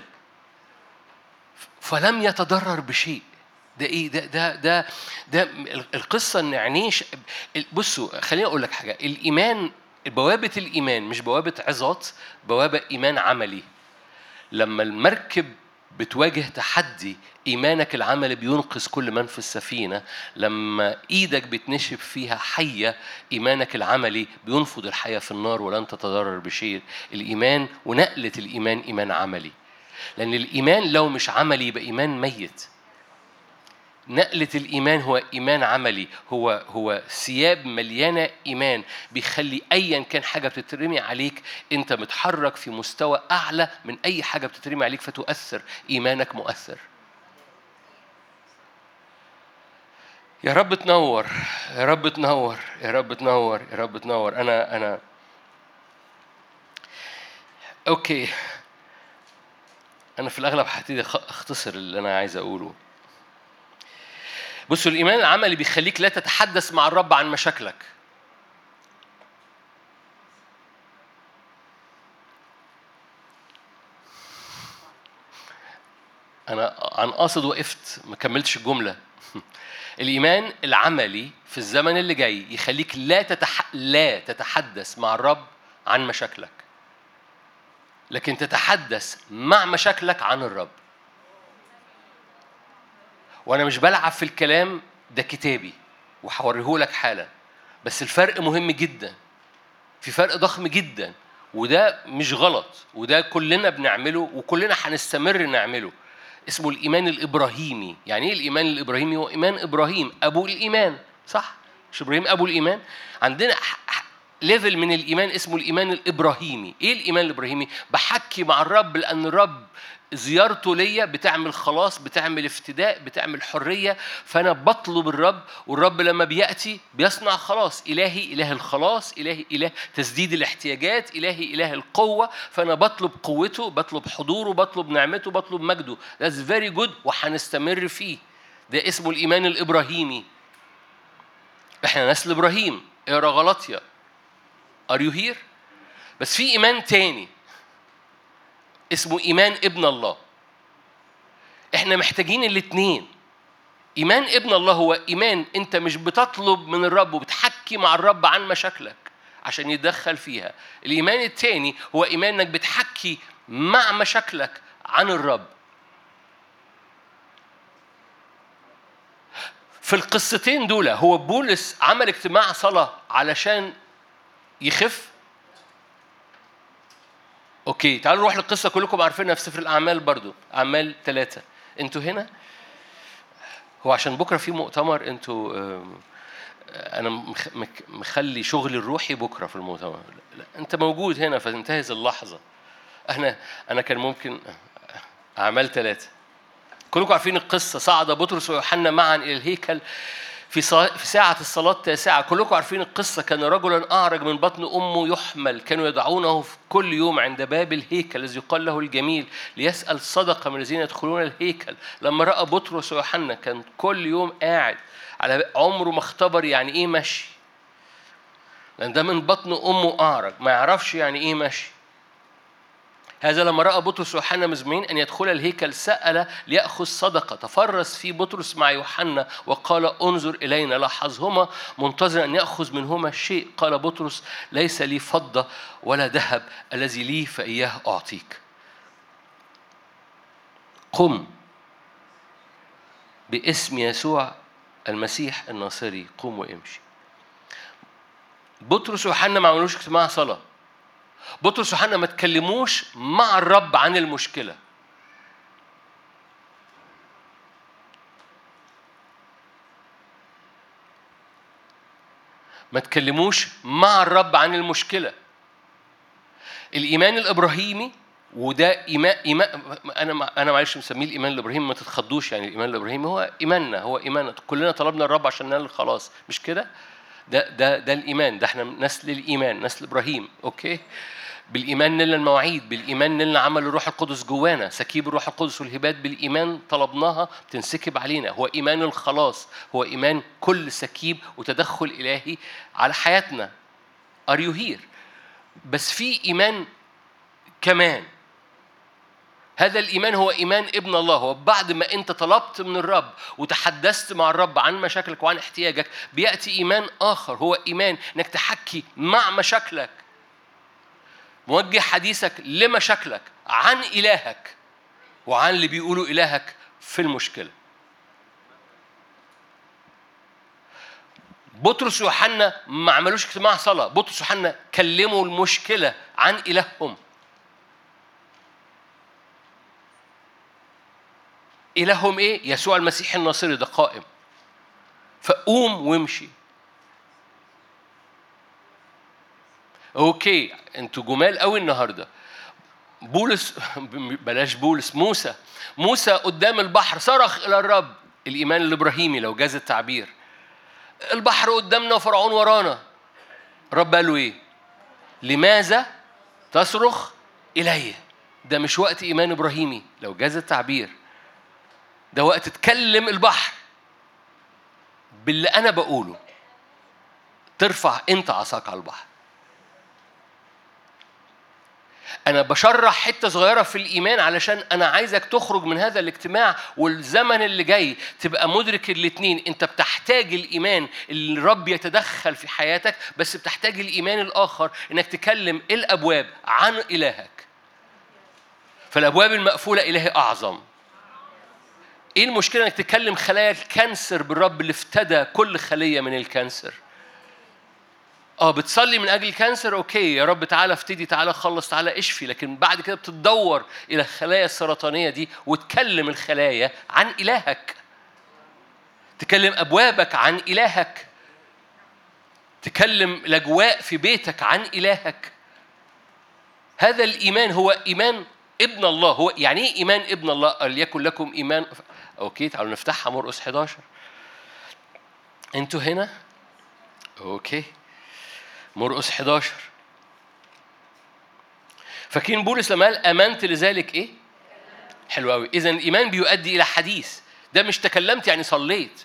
فلم يتضرر بشيء. ده ايه ده ده ده ده القصه ان عينيش. بصوا خليني اقول لك حاجه. الايمان، بوابه الايمان مش بوابه عظات، بوابه ايمان عملي. لما المركب بتواجه تحدي، ايمانك العملي بينقذ كل من في السفينه. لما ايدك بتنشب فيها حيه، ايمانك العملي بينفض الحياه في النار ولن تتضرر بشيء. الايمان ونقله الايمان ايمان عملي، لان الايمان لو مش عملي يبقى ايمان ميت. نقلة الإيمان هو إيمان عملي، هو هو ثياب مليانة إيمان بيخلي أيا كان حاجة بتترمي عليك أنت متحرك في مستوى أعلى من أي حاجة بتترمي عليك فتؤثر. إيمانك مؤثر. يا رب تنور، يا رب تنور، يا رب تنور، يا رب تنور. أنا أنا أوكي، أنا في الأغلب هبتدي أختصر اللي أنا عايز أقوله. بصوا، الإيمان العملي بيخليك لا تتحدث مع الرب عن مشاكلك. أنا عن قاصد وقفت ما كملتش الجملة. الإيمان العملي في الزمن اللي جاي يخليك لا تتح... لا تتحدث مع الرب عن مشاكلك، لكن تتحدث مع مشاكلك عن الرب. وأنا مش بلعب في الكلام ده، كتابي وهوريه لك حالا. بس الفرق مهم جدا، في فرق ضخم جدا، وده مش غلط، وده كلنا بنعمله وكلنا هنستمر نعمله. اسمه الإيمان الإبراهيمي. يعني إيه الإيمان الإبراهيمي؟ هو إيمان إبراهيم أبو الإيمان، صح؟ مش إبراهيم أبو الإيمان؟ عندنا ليفل من الإيمان اسمه الإيمان الإبراهيمي. إيه الإيمان الإبراهيمي؟ بحكي مع الرب، لأن الرب زيارته ليا بتعمل خلاص، بتعمل افتداء، بتعمل حرية. فأنا بطلب الرب، والرب لما بيأتي بيصنع خلاص. إلهي إله الخلاص، إلهي إله تسديد الاحتياجات، إلهي إله القوة. فأنا بطلب قوته، بطلب حضوره، بطلب نعمته، بطلب مجده. That's very good، وحنستمر فيه. ده اسمه الإيمان الإبراهيمي. إحنا نسل إبراهيم. اقرأ غلطية. Are you here؟ بس في إيمان تاني اسمه إيمان ابن الله. إحنا محتاجين الاتنين. إيمان ابن الله هو إيمان أنت مش بتطلب من الرب وبتحكي مع الرب عن مشاكلك عشان يتدخل فيها. الإيمان التاني هو إيمان أنك بتحكي مع مشاكلك عن الرب. في القصتين دول هو بولس عمل اجتماع صلاة علشان يخف. أوكي، تعالوا نروح للقصة كلكم عارفينها في سفر الأعمال برضو، أعمال ثلاثة. أنتوا هنا؟ هو عشان بكرة في مؤتمر، أنتوا أنا مخلي شغلي الروحي بكرة في المؤتمر. لا، أنت موجود هنا فتنتهز اللحظة. أنا أنا كان ممكن أعمال ثلاثة. كلكم عارفين القصة. صعد بطرس ويوحنا معا إلى الهيكل في في ساعة الصلاة التاسعة. كلكم عارفين القصة. كان رجلا أعرج من بطن أمه يحمل، كانوا يدعونه في كل يوم عند باب الهيكل الذي يقال له الجميل ليسأل صدقة من الذين يدخلون الهيكل. لما رأى بطرس ويوحنا كان كل يوم قاعد على عمره ما اختبر يعني إيه مشي، لأن ده من بطن أمه أعرج ما يعرفش يعني إيه مشي. هذا لما رأى بطرس ويوحنا مزمعين أن يدخل الهيكل سأل ليأخذ صدقة. تفرس في بطرس مع يوحنا وقال انظر إلينا. لاحظهما منتظر أن يأخذ منهما الشيء. قال بطرس ليس لي فضة ولا ذهب، الذي لي فإياه أعطيك. قم باسم يسوع المسيح الناصري، قم وامشي. بطرس ويوحنا ما عملوش اجتماع صلاة. بطرس ويوحنا ما تكلموش مع الرب عن المشكلة. ما تكلموش مع الرب عن المشكلة. الإيمان الإبراهيمي، وده إيمان, إيمان أنا أنا معلش مسميه الإيمان الإبراهيمي، ما تتخضوش. يعني الإيمان الإبراهيمي هو إيماننا، هو إيماننا. كلنا طلبنا الرب عشان ننال الخلاص، مش كده؟ ده ده ده الإيمان. ده إحنا نسل الإيمان، نسل إبراهيم. أوكي. بالإيمان نلنا المواعيد، بالإيمان نلنا عمل الروح القدس جوانا، سكيب الروح القدس والهبات بالإيمان طلبناها تنسكب علينا. هو إيمان الخلاص، هو إيمان كل سكيب وتدخل إلهي على حياتنا. Are you here؟ بس في إيمان كمان. هذا الإيمان هو إيمان ابن الله. هو بعد ما أنت طلبت من الرب وتحدثت مع الرب عن مشاكلك وعن احتياجك، بيأتي إيمان آخر، هو إيمان إنك تحكي مع مشاكلك، موجه حديثك لمشاكلك عن إلهك وعن اللي بيقولوا إلهك في المشكلة. بطرس ويوحنا ما عملوش اجتماع صلاة. بطرس ويوحنا كلموا المشكلة عن إلههم. إلههم إيه؟ يسوع المسيح الناصري ده قائم. فقوم وامشي. أوكي، أنتوا جمال قوي النهاردة. بولس، بلاش بولس، موسى موسى قدام البحر صرخ إلى الرب. الإيمان الإبراهيمي لو جاز التعبير. البحر قدامنا وفرعون ورانا. رب قال له إيه؟ لماذا تصرخ إلي؟ ده مش وقت إيمان إبراهيمي لو جاز التعبير. ده وقت تكلم البحر باللي أنا بقوله. ترفع أنت عصاك على البحر. أنا بشرح حتة صغيرة في الإيمان علشان أنا عايزك تخرج من هذا الاجتماع والزمن اللي جاي تبقى مدرك الاتنين. أنت بتحتاج الإيمان اللي الرب يتدخل في حياتك، بس بتحتاج الإيمان الآخر إنك تكلم الأبواب عن إلهك. فالأبواب المقفولة إلهي أعظم. إيه المشكلة إنك تكلم خلايا الكانسر بالرب اللي افتدى كل خلية من الكانسر؟ اه بتصلي من اجل الكانسر، اوكي يا رب تعالى افتدي، تعالى خلص، تعالى اشفي. لكن بعد كده بتدور الى الخلايا السرطانيه دي وتكلم الخلايا عن الهك. تكلم ابوابك عن الهك. تكلم الاجواء في بيتك عن الهك. هذا الايمان هو ايمان ابن الله. هو يعني ايه ايمان ابن الله؟ ليكن لكم ايمان. اوكي تعالوا نفتحها مرقس إحدى عشر. انتوا هنا؟ اوكي مرقس إحدى عشر. فاكرين بولس لما قال آمنت لذلك إيه؟ حلو قوي. إذن الإيمان بيؤدي إلى حديث. ده مش تكلمت يعني صليت.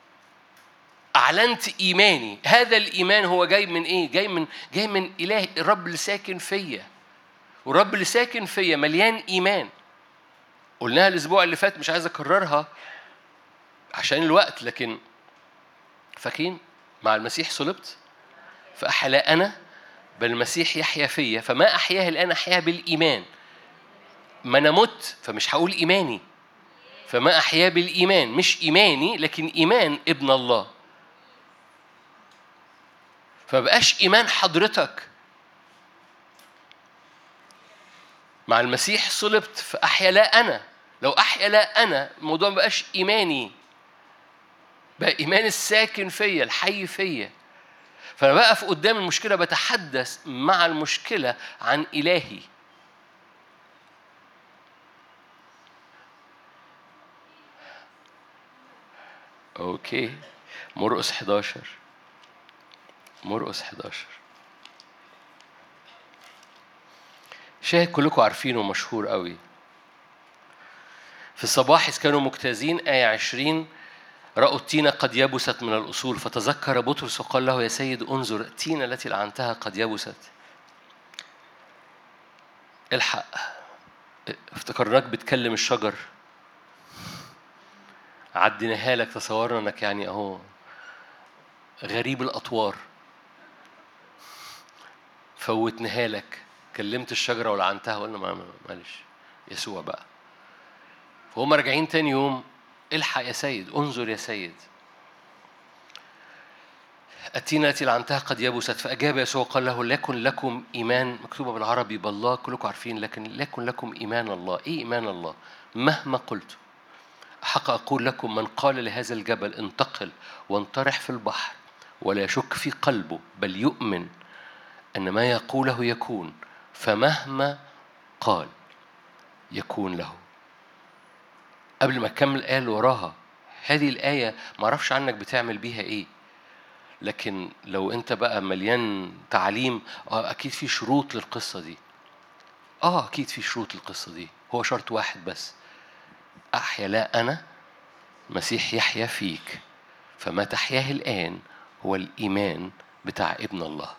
أعلنت إيماني. هذا الإيمان هو جاي من إيه؟ جاي من جاي من إله الرب اللي ساكن فيا. والرب اللي ساكن فيا مليان إيمان. قلناها الأسبوع اللي فات، مش عايز أكررها عشان الوقت، لكن فاكرين مع المسيح صلبت فأحيا لا أنا بل المسيح يحيا فيا. فما أحياه الآن أحياه بالإيمان. ما أنا مت فمش هقول إيماني. فما أحياه بالإيمان، مش إيماني لكن إيمان ابن الله. فبقاش إيمان حضرتك. مع المسيح صلبت فأحيا لا أنا. لو أحيا لا أنا الموضوع ما بقاش إيماني، بقى إيمان الساكن فيا الحي فيا. فأنا بقف قدام المشكلة بتحدث مع المشكلة عن إلهي. أوكي. مرقس حداشر. مرقس حداشر. شاهد كلكم عارفينه، مشهور قوي. في الصباح إذ كانوا مجتازين، آية عشرين، رأوا التينة قد يبست من الأصول، فتذكر بطرس وقال له: يا سيد انظر، التينة التي لعنتها قد يبست. الحق، افتكرناك بتكلم الشجر، عديناها لك، تصورنا انك يعني اهو غريب الأطوار، فوتناها لك، كلمت الشجرة ولعنتها، وقلنا ما معلش يسوع بقى. فهم راجعين تاني يوم: الحق يا سيد، انظر يا سيد، التينة التي لعنتها قد يبست. فأجاب يسوع قال له: لكن لكم إيمان، مكتوبة بالعربي بالله كلكم عارفين، لكن لكن لكم إيمان الله. إيه إيمان الله؟ مهما قلت، حق أقول لكم، من قال لهذا الجبل انتقل وانطرح في البحر ولا يشك في قلبه بل يؤمن أن ما يقوله يكون، فمهما قال يكون له. قبل ما أكمل الآية اللي وراها، هذه الآية ما أعرفش عنك بتعمل بيها إيه، لكن لو أنت بقى مليان تعليم، آه أكيد في شروط للقصة دي. آه أكيد في شروط للقصة دي. هو شرط واحد بس: أحيا لا أنا، مسيح يحيا فيك. فما تحياه الآن هو الإيمان بتاع ابن الله.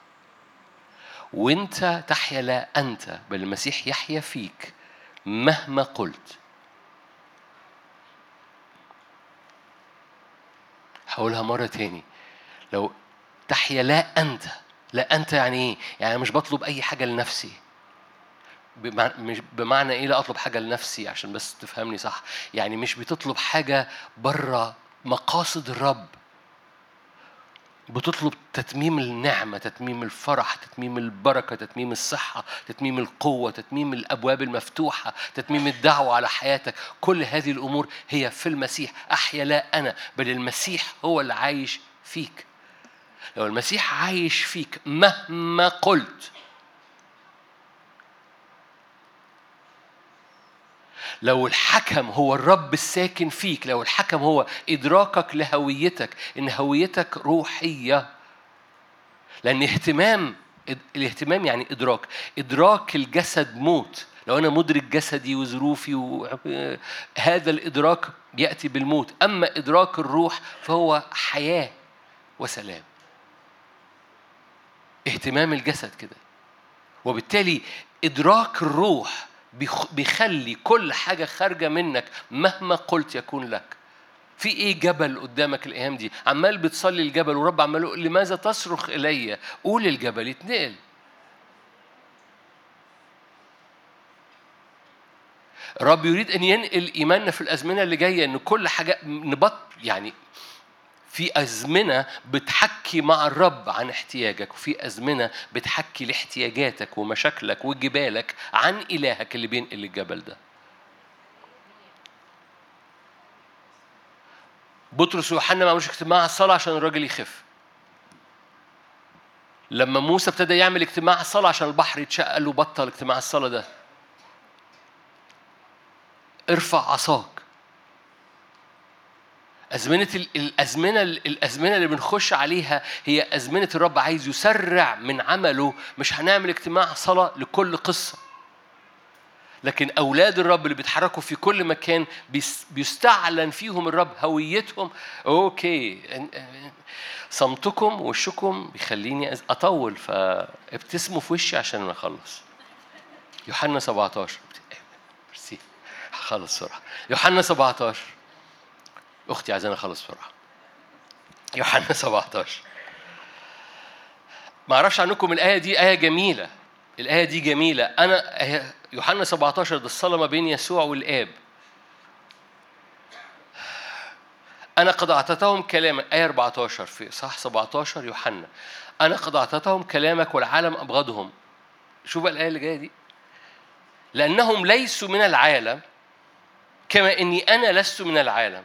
وانت تحيا لا أنت، بل المسيح يحيا فيك مهما قلت. هقولها مرة تاني: لو تحيا لا أنت. لا أنت يعني إيه؟ يعني مش بطلب أي حاجة لنفسي. بمعنى, مش بمعنى إيه لا أطلب حاجة لنفسي؟ عشان بس تفهمني صح. يعني مش بتطلب حاجة برا مقاصد الرب، بتطلب تتميم النعمة، تتميم الفرح، تتميم البركة، تتميم الصحة، تتميم القوة، تتميم الأبواب المفتوحة، تتميم الدعوة على حياتك. كل هذه الأمور هي في المسيح. أحيا لا أنا، بل المسيح هو اللي عايش فيك. لو المسيح عايش فيك مهما قلت، لو الحكم هو الرب الساكن فيك، لو الحكم هو إدراكك لهويتك، إن هويتك روحية، لأن اهتمام الاهتمام يعني إدراك. إدراك الجسد موت. لو أنا مدرك جسدي وظروفي و... هذا الإدراك يأتي بالموت. أما إدراك الروح فهو حياة وسلام. اهتمام الجسد كده، وبالتالي إدراك الروح بيخلي كل حاجة خارجة منك مهما قلت يكون لك. في إيه جبل قدامك الأيام دي؟ عمال بتصلي الجبل، ورب عمال يقول: لماذا تصرخ إلي؟ قول الجبل يتنقل. الرب يريد أن ينقل إيماننا في الأزمنة اللي جاية، إن كل حاجة نبط. يعني في أزمنة بتحكي مع الرب عن احتياجك، وفي أزمنة بتحكي لاحتياجاتك ومشاكلك وجبالك عن إلهك اللي بينقل الجبل ده. بطرس ويوحنا ما عملوش اجتماع الصلاة عشان الراجل يخف. لما موسى ابتدى يعمل اجتماع الصلاة عشان البحر يتشق، قال له: بطل اجتماع الصلاة ده، ارفع عصاك. أزمنة الأزمنة الأزمنة اللي بنخش عليها هي أزمنة الرب عايز يسرع من عمله. مش هنعمل اجتماع صلاة لكل قصة، لكن أولاد الرب اللي بيتحركوا في كل مكان بيستعلن فيهم الرب هويتهم. أوكي، صمتكم وشكم بيخليني أطول، فابتسموا في وشي عشان ما أخلص. يوحنا سبعة عشر. ميرسي، هخلص بسرعة. يوحنا سبعة عشر. أختي عايزاني أخلص بسرعة. يوحنا سبعة عشر. ما أعرفش عنكم، الآية دي آية جميلة. الآية دي جميلة. أنا يوحنا سبعة عشر ده الصلاة ما بين يسوع والآب. أنا قد أعطيتهم كلامك. آية أربعة عشر في صح سبعة عشر يوحنا. أنا قد أعطيتهم كلامك والعالم أبغضهم. شوف بقى الآية اللي جاية دي: لأنهم ليسوا من العالم كما إني أنا لست من العالم.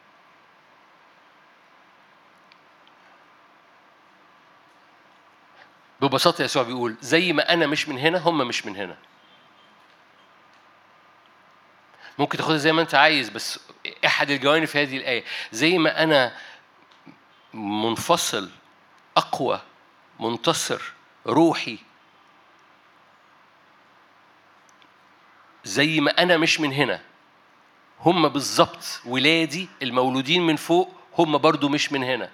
ببساطة يسوع بيقول: زي ما أنا مش من هنا، هم مش من هنا. ممكن تاخدها زي ما أنت عايز، بس أحد الجوانب في هذه الآية، زي ما أنا منفصل أقوى منتصر روحي، زي ما أنا مش من هنا، هم بالضبط ولادي المولودين من فوق هم برضو مش من هنا.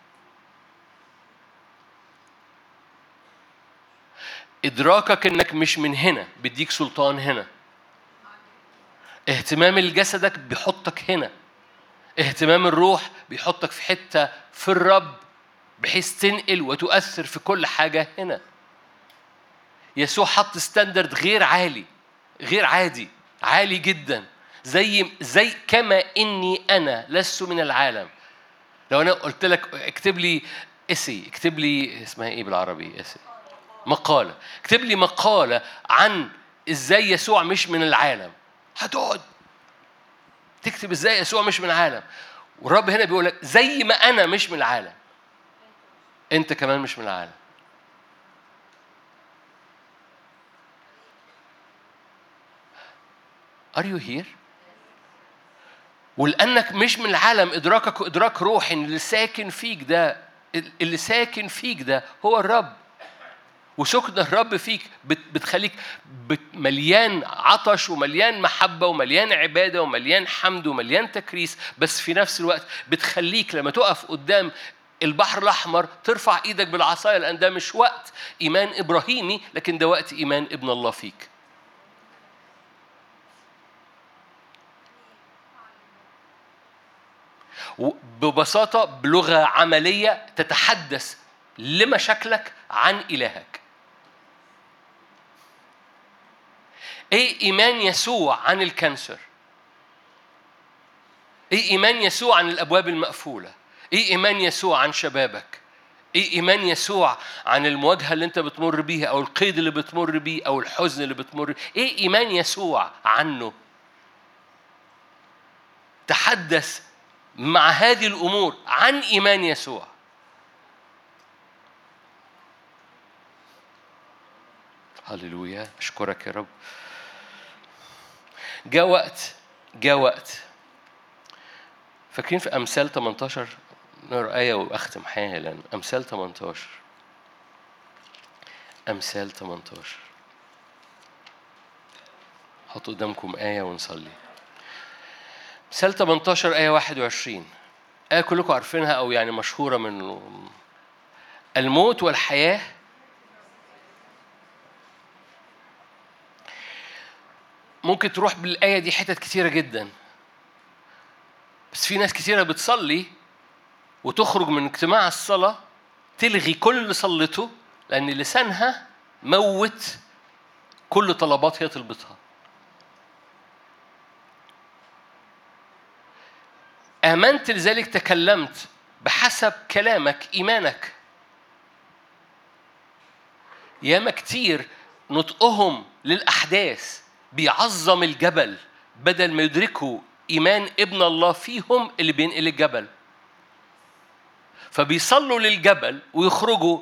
إدراكك إنك مش من هنا بيديك سلطان هنا. اهتمام الجسدك بيحطك هنا. اهتمام الروح بيحطك في حتة في الرب بحيث تنقل وتؤثر في كل حاجة هنا. يسوع حط ستاندرد غير عالي، غير عادي، عالي جدا، زي زي كما إني أنا لست من العالم. لو أنا قلت لك اكتب لي اسي، اكتب لي اسمها إيه بالعربي اسي، مقالة، اكتب لي مقالة عن إزاي يسوع مش من العالم، هتقعد تكتب إزاي يسوع مش من العالم. والرب هنا بيقول لك زي ما أنا مش من العالم أنت كمان مش من العالم. Are you here؟ ولأنك مش من العالم إدراكك إدراك روحي، اللي ساكن فيك ده اللي ساكن فيك ده هو الرب، وسكن الرب فيك بتخليك مليان عطش ومليان محبة ومليان عبادة ومليان حمد ومليان تكريس، بس في نفس الوقت بتخليك لما تقف قدام البحر الأحمر ترفع إيدك بالعصاية، لأن ده مش وقت إيمان إبراهيمي، لكن ده وقت إيمان ابن الله فيك. ببساطة بلغة عملية تتحدث لمشاكلك عن إلهك. إيه إيمان يسوع عن الكانسر؟ إيه إيمان يسوع عن الأبواب المقفولة؟ إيه إيمان يسوع عن شبابك؟ إيه إيمان يسوع عن المواجهة اللي أنت بتمر بيها أو القيد اللي بتمر بيه أو الحزن اللي بتمر بيه؟ إيه إيمان يسوع عنه؟ تحدث مع هذه الأمور عن إيمان يسوع. هللويا، أشكرك يا رب. جاء وقت جاء وقت فاكرين في أمثال ثمانية عشر؟ نقرأ آية وأختم حالا. أمثال ثمانية عشر، أمثال ثمانية عشر. حطوا قدامكم آية ونصلي. أمثال ثمانية عشر آية واحد وعشرين، آية كلكم عارفينها أو يعني مشهورة من الموت والحياة ممكن تروح بالآية دي حتت كتيرة جدا، بس في ناس كتيرة بتصلي وتخرج من اجتماع الصلاة تلغي كل اللي صلته لأن لسانها موت كل طلبات هي طلبتها. آمنت لذلك تكلمت بحسب كلامك إيمانك. ياما كتير نطقهم للأحداث بيعظم الجبل بدل ما يدركوا إيمان ابن الله فيهم اللي بينقل الجبل، فبيصلوا للجبل ويخرجوا.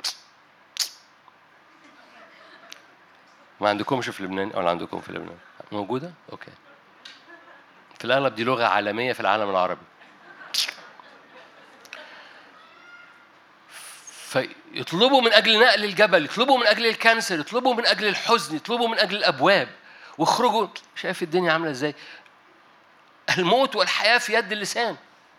ما عندكمش في لبنان أو عندكم في لبنان موجودة؟ أوكي. في الأغلب دي لغة عالمية في العالم العربي. فيطلبوا من أجل نقل الجبل، يطلبوا من أجل الكانسر، يطلبوا من أجل الحزن، يطلبوا من أجل الأبواب، ويخرجوا. شايف الدنيا عاملة إزاي؟ الموت والحياة في يد اللسان.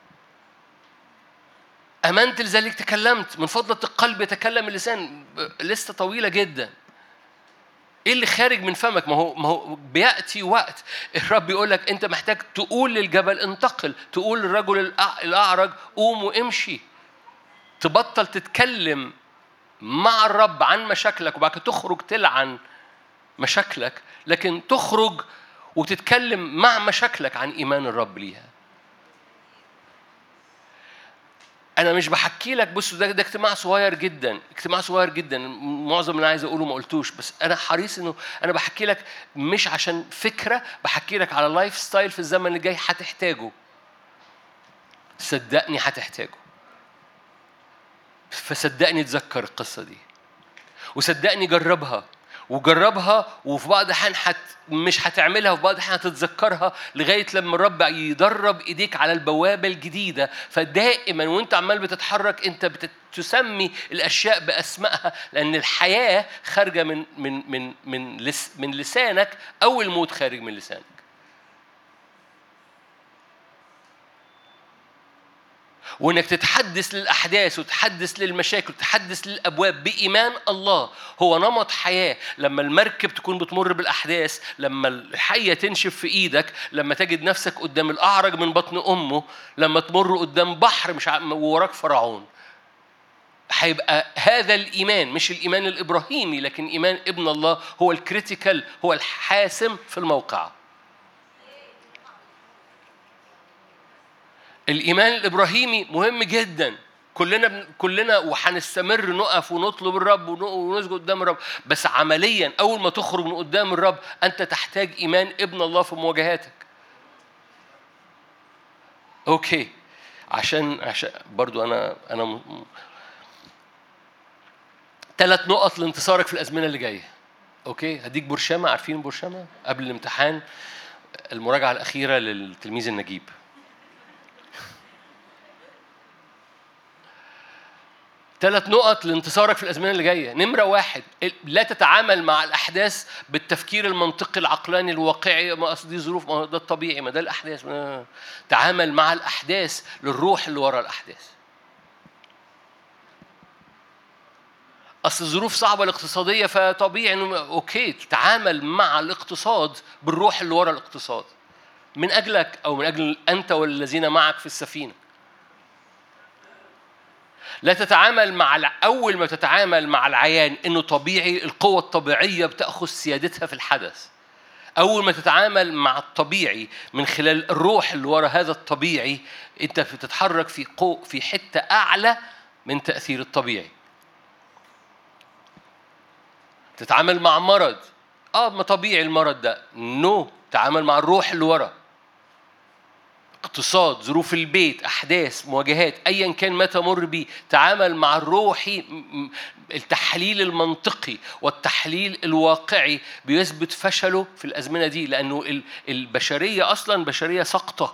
آمنت لذلك تكلمت، من فضلة القلب يتكلم اللسان. لسه طويلة جدا. إيه اللي خارج من فمك؟ ما هو ما هو بيأتي وقت الرب يقول لك أنت محتاج تقول للجبل انتقل، تقول للرجل الأعرج قوم وامشي. تبطل تتكلم مع الرب عن مشاكلك وبعد كده تخرج تلعن مشاكلك، لكن تخرج وتتكلم مع مشاكلك عن إيمان الرب ليها. أنا مش بحكي لك، بصوا ده ده اجتماع صغير جدا، اجتماع صغير جدا، معظم اللي عايز أقوله ما قلتوش، بس أنا حريص إنه أنا بحكي لك مش عشان فكرة، بحكي لك على لايف ستايل في الزمن اللي جاي هتحتاجه. صدقني هتحتاجه. فصدقني تذكر القصة دي، وصدقني جربها، وجربها، وفي بعض الأحيان حت مش هتعملها، وفي بعض الأحيان هتتذكرها لغاية لما الرب يدرب إيديك على البوابة الجديدة. فدائما وأنت عمال بتتحرك أنت بتسمي الأشياء بأسمائها، لأن الحياة خارجة من من من من لس من لسانك، أو الموت خارج من لسانك. وإنك تتحدث للأحداث وتتحدث للمشاكل وتتحدث للأبواب بإيمان الله. هو نمط حياة. لما المركب تكون بتمر بالأحداث، لما الحية تنشف في إيدك، لما تجد نفسك قدام الأعرج من بطن أمه، لما تمر قدام بحر مش ووراك فرعون، هيبقى هذا الإيمان مش الإيمان الإبراهيمي، لكن إيمان ابن الله هو الكريتيكال، هو الحاسم في الموقع. الإيمان الإبراهيمي مهم جدا، كلنا كلنا وحنستمر نقف ونطلب الرب ونسجد قدام الرب، بس عمليا أول ما تخرج من قدام الرب أنت تحتاج إيمان ابن الله في مواجهاتك. أوكي، عشان عشان برضو أنا أنا م... ثلاث نقط لانتصارك في الأزمنة اللي جاية. أوكي، هديك برشامة. عارفين برشامة قبل الامتحان، المراجعة الأخيرة للتلميذ النجيب. ثلاث نقط لانتصارك في الأزمنة اللي جاية. نمرة واحد، لا تتعامل مع الأحداث بالتفكير المنطقي العقلاني الواقعي، ما أصل دي ظروف، ما ده الطبيعي، ما ده الأحداث. تعامل مع الأحداث للروح اللي وراء الأحداث. أصل الظروف صعبة الاقتصادية، فطبيعي إنه أوكي تتعامل مع الاقتصاد بالروح اللي وراء الاقتصاد، من أجلك أو من أجل أنت والذين معك في السفينة. لا تتعامل مع أول ما تتعامل مع العيان إنه طبيعي، القوة الطبيعية بتأخذ سيادتها في الحدث. أول ما تتعامل مع الطبيعي من خلال الروح اللي وراء هذا الطبيعي، أنت بتتحرك في قو في حتة أعلى من تأثير الطبيعي. تتعامل مع مرض، آه ما طبيعي المرض ده، نو no. تعامل مع الروح اللي وراء. اقتصاد، ظروف البيت، أحداث، مواجهات، أيا كان ما تمر به، تعامل مع الروحي. التحليل المنطقي والتحليل الواقعي بيثبت فشله في الأزمنة دي، لأنه البشرية أصلا بشرية سقطة.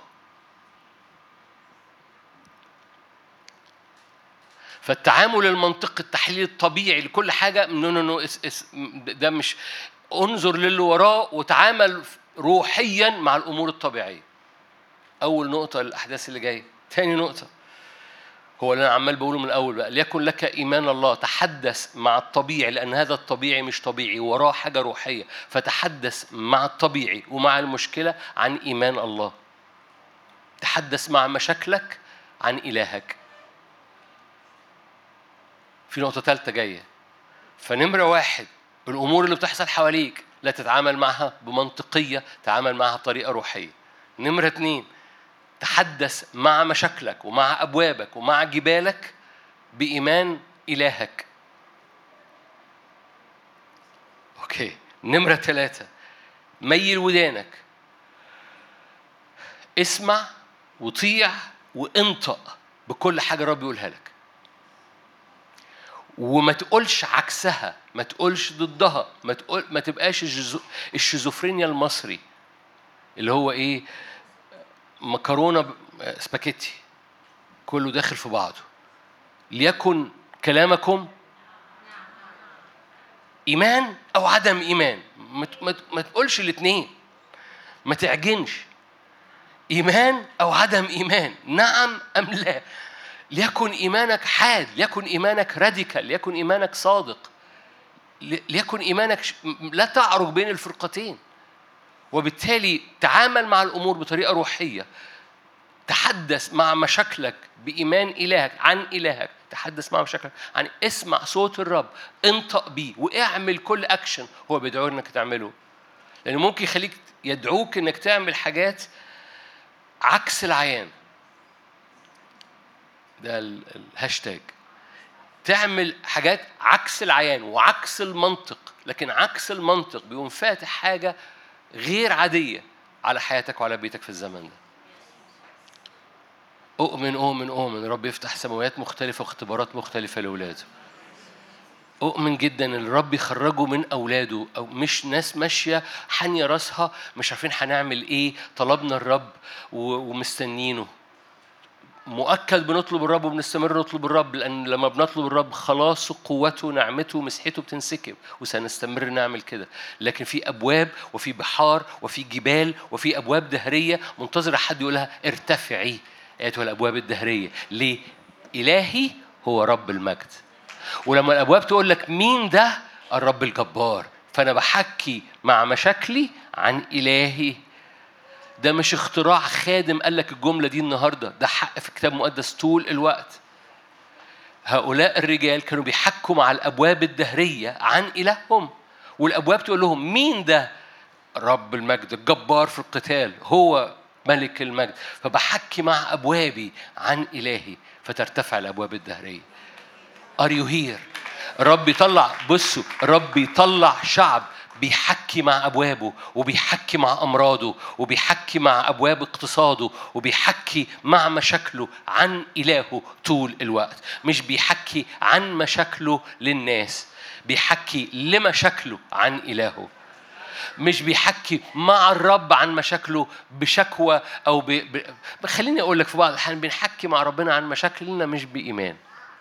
فالتعامل المنطقي، التحليل الطبيعي لكل حاجة، نو نو نو ده مش. انظر للي وراه وتعامل روحيا مع الأمور الطبيعية. أول نقطة الأحداث اللي جاية. تاني نقطة هو اللي أنا عمال بقوله من الأول بقى، ليكن لك إيمان الله. تحدث مع الطبيعي، لأن هذا الطبيعي مش طبيعي، وراه حاجة روحية. فتحدث مع الطبيعي ومع المشكلة عن إيمان الله. تحدث مع مشاكلك عن إلهك. في نقطة ثالثة جاية. فنمرة واحد، الأمور اللي بتحصل حواليك لا تتعامل معها بمنطقية، تعامل معها بطريقة روحية. نمرة اثنين، تحدث مع مشاكلك ومع أبوابك ومع جبالك بإيمان إلهك. أوكي. نمرة ثلاثة، ميل ودانك، اسمع وطيع وانطق بكل حاجة رب يقولها لك، وما تقولش عكسها، ما تقولش ضدها، ما تقول ما تبقاش الشيزوفرينيا المصري اللي هو ايه، مكرونه سباكيتي كله داخل في بعضه. ليكن كلامكم ايمان او عدم ايمان. ما تقولش الاثنين، ما تعجنش. ايمان او عدم ايمان، نعم ام لا. ليكن إيمانك حاد، ليكن إيمانك راديكال، ليكن إيمانك صادق، ليكن إيمانك لا تعرج بين الفرقتين. وبالتالي تعامل مع الأمور بطريقة روحية. تحدث مع مشاكلك بإيمان إلهك عن إلهك. تحدث مع مشاكلك عن، اسمع صوت الرب، انطق بيه، واعمل كل أكشن هو بيدعوك إنك تعمله. لأنه ممكن يخليك يدعوك إنك تعمل حاجات عكس العيان. ده الهاشتاج. تعمل حاجات عكس العيان وعكس المنطق، لكن عكس المنطق بيقوم فاتح حاجة غير عادية على حياتك وعلى بيتك في الزمن ده. أؤمن أؤمن أؤمن رب يفتح سماوات مختلفة واختبارات مختلفة لأولاده. أؤمن جدا إن الرب يخرجه من أولاده، أو مش ناس ماشية حانية راسها مش عارفين هنعمل إيه، طلبنا الرب ومستنينه. مؤكد بنطلب الرب وبنستمر نطلب الرب، لأن لما بنطلب الرب خلاصه قوته نعمته مسحته بتنسكب، وسنستمر نعمل كده. لكن في أبواب وفي بحار وفي جبال وفي أبواب دهرية منتظرة حد يقولها ارتفعي أيتها الأبواب الدهرية. ليه؟ إلهي هو رب المجد. ولما الأبواب تقول لك مين ده؟ الرب الجبار. فأنا بحكي مع مشاكلي عن إلهي. ده مش اختراع خادم قال لك الجملة دي النهاردة، ده حق في الكتاب المقدس طول الوقت. هؤلاء الرجال كانوا بيحكوا مع الأبواب الدهرية عن إلههم، والأبواب تقول لهم مين ده؟ رب المجد الجبار في القتال، هو ملك المجد. فبحكي مع أبوابي عن إلهي فترتفع الأبواب الدهرية. Are you here؟ رب يطلع، بصوا رب يطلع شعب بيحكي مع أبوابه، وبيحكي مع أمراضه، وبيحكي مع أبواب اقتصاده، وبيحكي مع مشاكله عن إلهه طول الوقت. مش بيحكي عن مشاكله للناس، بيحكي لمشاكله عن إلهه. مش بيحكي مع الرب عن مشاكله بشكوى أو ب... ب... خليني أقول لك في بعض الأحيان بنحكي مع ربنا عن مشاكلنا مش بإيمان،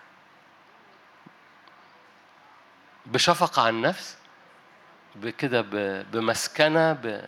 بشفقة على النفس، بكده بمسكنة ب...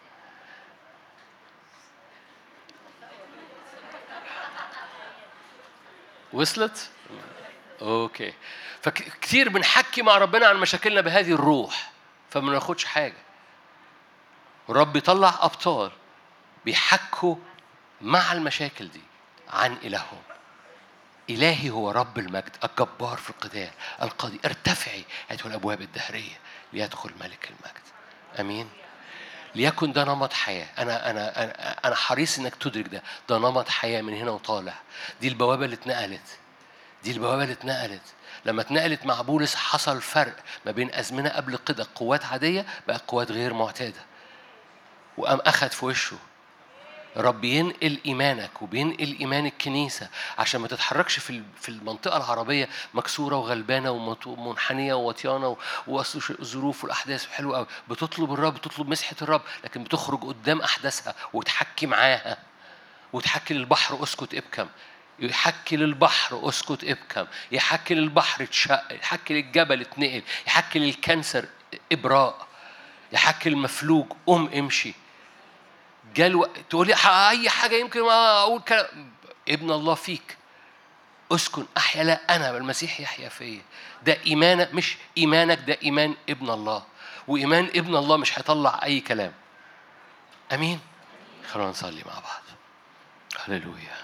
وصلت؟ أوكي. فكتير بنحكي مع ربنا عن مشاكلنا بهذه الروح فما ناخدش حاجة. ورب يطلع أبطال بيحكوا مع المشاكل دي عن إلههم. إلهي هو رب المجد الجبار في القتال القاضي. ارتفعي أيتها الأبواب الدهرية ليدخل ملك المجد. أمين. ليكن ده نمط حياة. أنا أنا أنا أنا حريص إنك تدرك ده. ده نمط حياة من هنا وطالع. دي البوابة اللي اتنقلت. دي البوابة اللي اتنقلت. لما اتنقلت مع بولس حصل فرق ما بين أزمنة قبل كده قوات عادية بقى قوات غير معتادة. وقام أخد في وشه. رب ينقل إيمانك وبينقل إيمان الكنيسة عشان ما تتحركش في في المنطقة العربية مكسورة وغلبانة ومنحنية ووطيانة والظروف والأحداث حلوة قوي. بتطلب الرب، بتطلب مسحة الرب، لكن بتخرج قدام أحداثها وتحكي معاها وتحكي للبحر اسكت ابكم، يحكي للبحر اسكت ابكم، يحكي للبحر اتشق، يحكي للجبل اتنقل، يحكي للكنسر ابراء، يحكي للمفلوج قم امشي. جال تقول لي أي حاجة يمكن ما أقول كلام. ابن الله فيك أسكن أحيا، لا أنا المسيح يحيا فيا. ده إيمانك، مش إيمانك، ده إيمان ابن الله. وإيمان ابن الله مش هيطلع أي كلام. أمين. خلونا نصلي مع بعض. هللويا.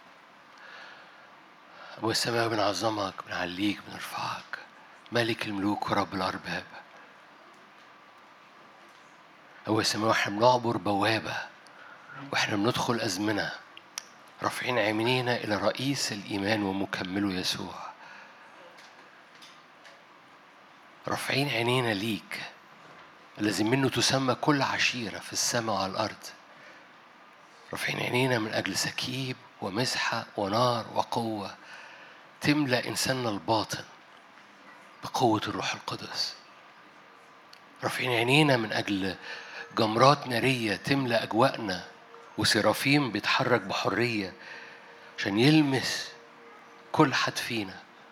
أبو السماء بنعظمك، بنعليك، بنرفعك، ملك الملوك ورب الأرباب. أبو السماء وإحنا بنعبر بوابة وإحنا بندخل أزمنة رافعين عينينا إلى رئيس الإيمان ومكمله يسوع. رافعين عينينا ليك الذي منه تسمى كل عشيرة في السماء وعلى الأرض. رافعين عينينا من أجل سكيب ومسحة ونار وقوة تملأ إنساننا الباطن بقوة الروح القدس. رافعين عينينا من أجل جمرات نارية تملأ أجواءنا وسرافيم بيتحرك بحرية عشان يلمس كل حد فينا.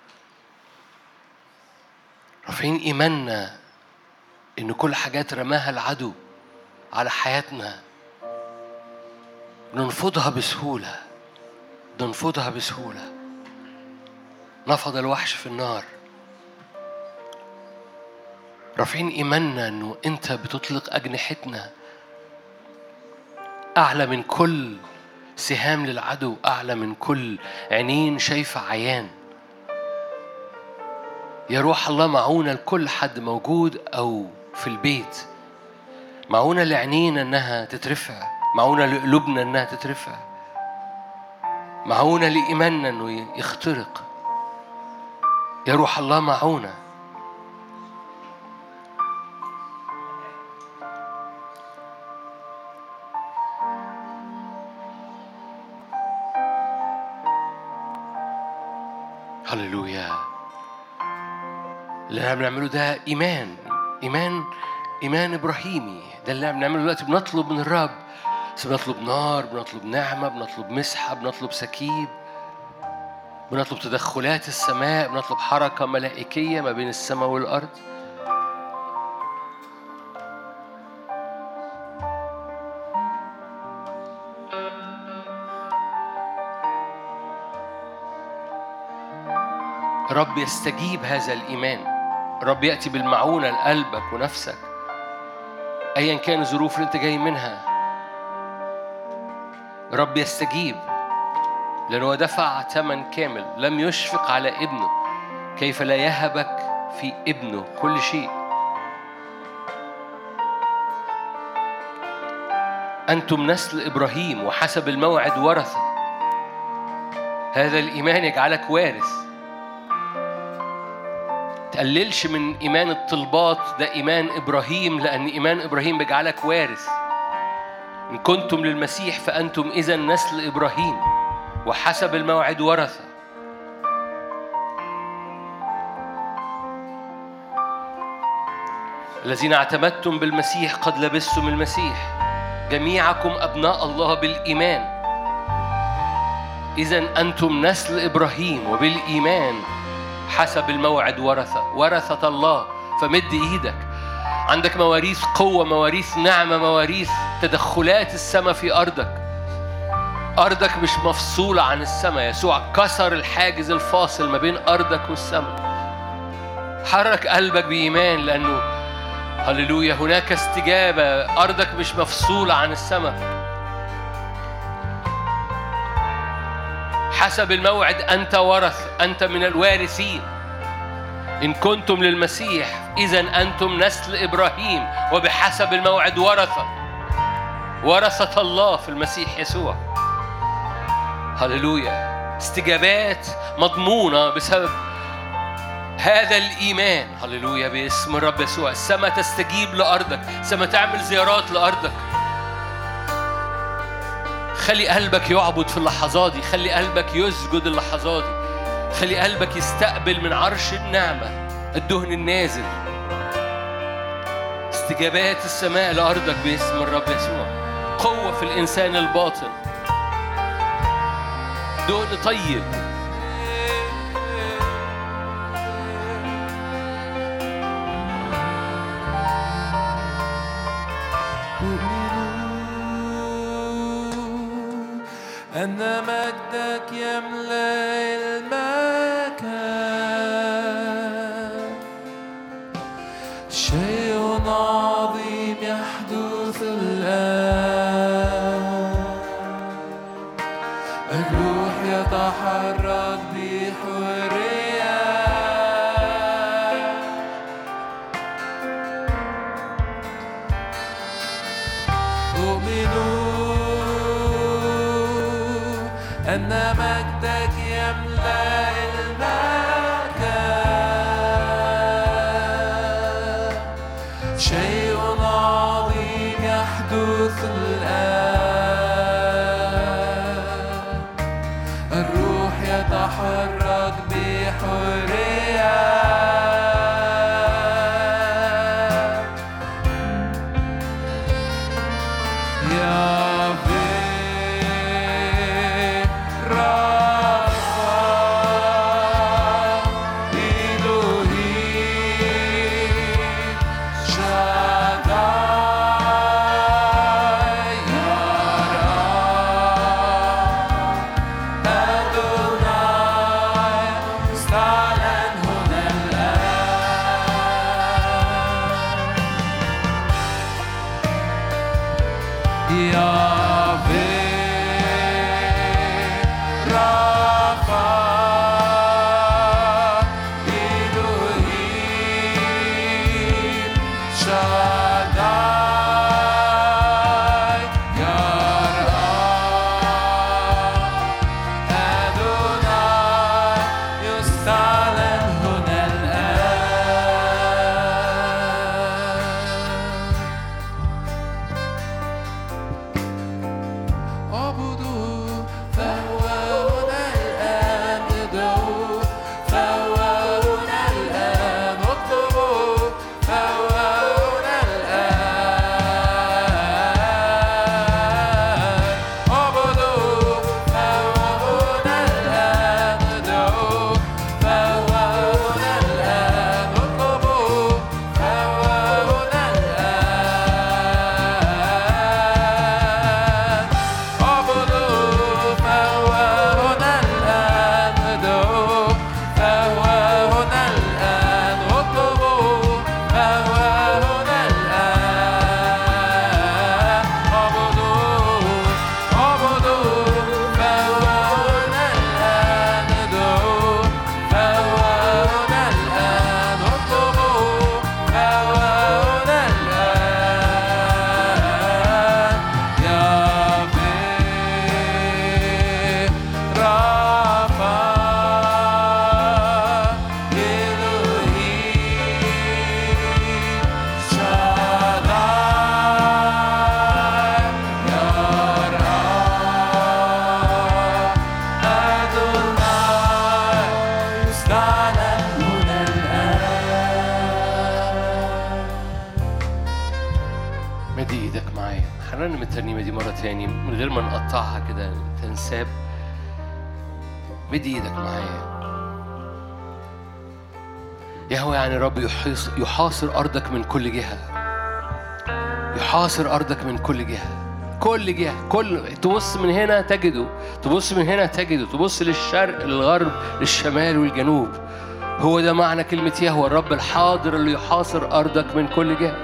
رافعين إيماننا إن كل حاجات رماها العدو على حياتنا ننفضها بسهولة، ننفضها بسهولة. نفض الوحش في النار. رافعين إيماننا إنه أنت بتطلق أجنحتنا أعلى من كل سهام للعدو، أعلى من كل عينين شايفة عيان. يا روح الله معونة لكل حد موجود أو في البيت، معونة لعينينا أنها تترفع، معونة لقلوبنا أنها تترفع، معونة لإيماننا أنه يخترق. يا روح الله معونة. هللويا. اللي احنا بنعمله ده إيمان إيمان إيمان إبراهيمي. ده اللي احنا بنعمله دلوقتي. بنطلب من الرب، بس بنطلب نار، بنطلب نعمة، بنطلب مسحة، بنطلب سكيب، بنطلب تدخلات السماء، بنطلب حركة ملائكية ما بين السماء والأرض. رب يستجيب هذا الإيمان. رب يأتي بالمعونة لقلبك ونفسك أيا كان الظروف اللي أنت جاي منها. رب يستجيب لأنه دفع ثمن كامل، لم يشفق على ابنه، كيف لا يهبك في ابنه كل شيء. أنتم نسل إبراهيم وحسب الموعد ورثة. هذا الإيمان يجعلك وارث. تقللش من إيمان الطلبات، ده إيمان إبراهيم، لأن إيمان إبراهيم بيجعلك وارث. إن كنتم للمسيح فأنتم إذن نسل إبراهيم وحسب الموعد ورثة. الذين اعتمدتم بالمسيح قد لبستم المسيح. جميعكم أبناء الله بالإيمان. إذن أنتم نسل إبراهيم وبالإيمان حسب الموعد ورثة. ورثة الله. فمد إيدك. عندك مواريث قوة، مواريث نعمة، مواريث تدخلات السماء في أرضك. أرضك مش مفصولة عن السماء. يسوع كسر الحاجز الفاصل ما بين أرضك والسماء. حرك قلبك بإيمان، لأنه هللويا هناك استجابة. أرضك مش مفصولة عن السماء. حسب الموعد أنت ورث، أنت من الوارثين. إن كنتم للمسيح إذن أنتم نسل إبراهيم وبحسب الموعد ورثة. ورثة الله في المسيح يسوع. هللويا. استجابات مضمونة بسبب هذا الإيمان. هللويا باسم الرب يسوع. السماء تستجيب لأرضك. السماء تعمل زيارات لأرضك. خلي قلبك يعبد في اللحظات دي. خلي قلبك يسجد اللحظات دي. خلي قلبك يستقبل من عرش النعمة الدهن النازل. استجابات السماء لأرضك باسم الرب يسوع. قوة في الإنسان الباطن. دهن طيب. أن مجدك يملأ المكان. شيء عظيم يحدث الآن. الروح يتحرك بحرية. أؤمن أن مجدك يملأ المكان. شيء عظيم يحدث الآن. الروح يتحرك بحرية. يا هنرنم الترنيمة دي مرة تاني من غير ما نقطعها كده تنساب. مد ايدك معايا. يهوه يعني رب يحاصر أرضك من كل جهة، يحاصر أرضك من كل جهة، كل جهة، كل تبص من هنا تجده، تبص من هنا تجده، تبص للشرق للغرب للشمال والجنوب. هو ده معنى كلمة يهوه، الرب الحاضر اللي يحاصر أرضك من كل جهة.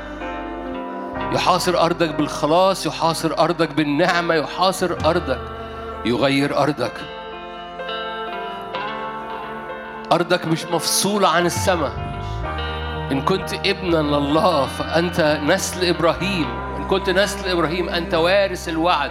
يحاصر أرضك بالخلاص، يحاصر أرضك بالنعمة، يحاصر أرضك، يغير أرضك. أرضك مش مفصولة عن السماء. إن كنت ابنا لله فأنت نسل إبراهيم، إن كنت نسل إبراهيم أنت وارث الوعد.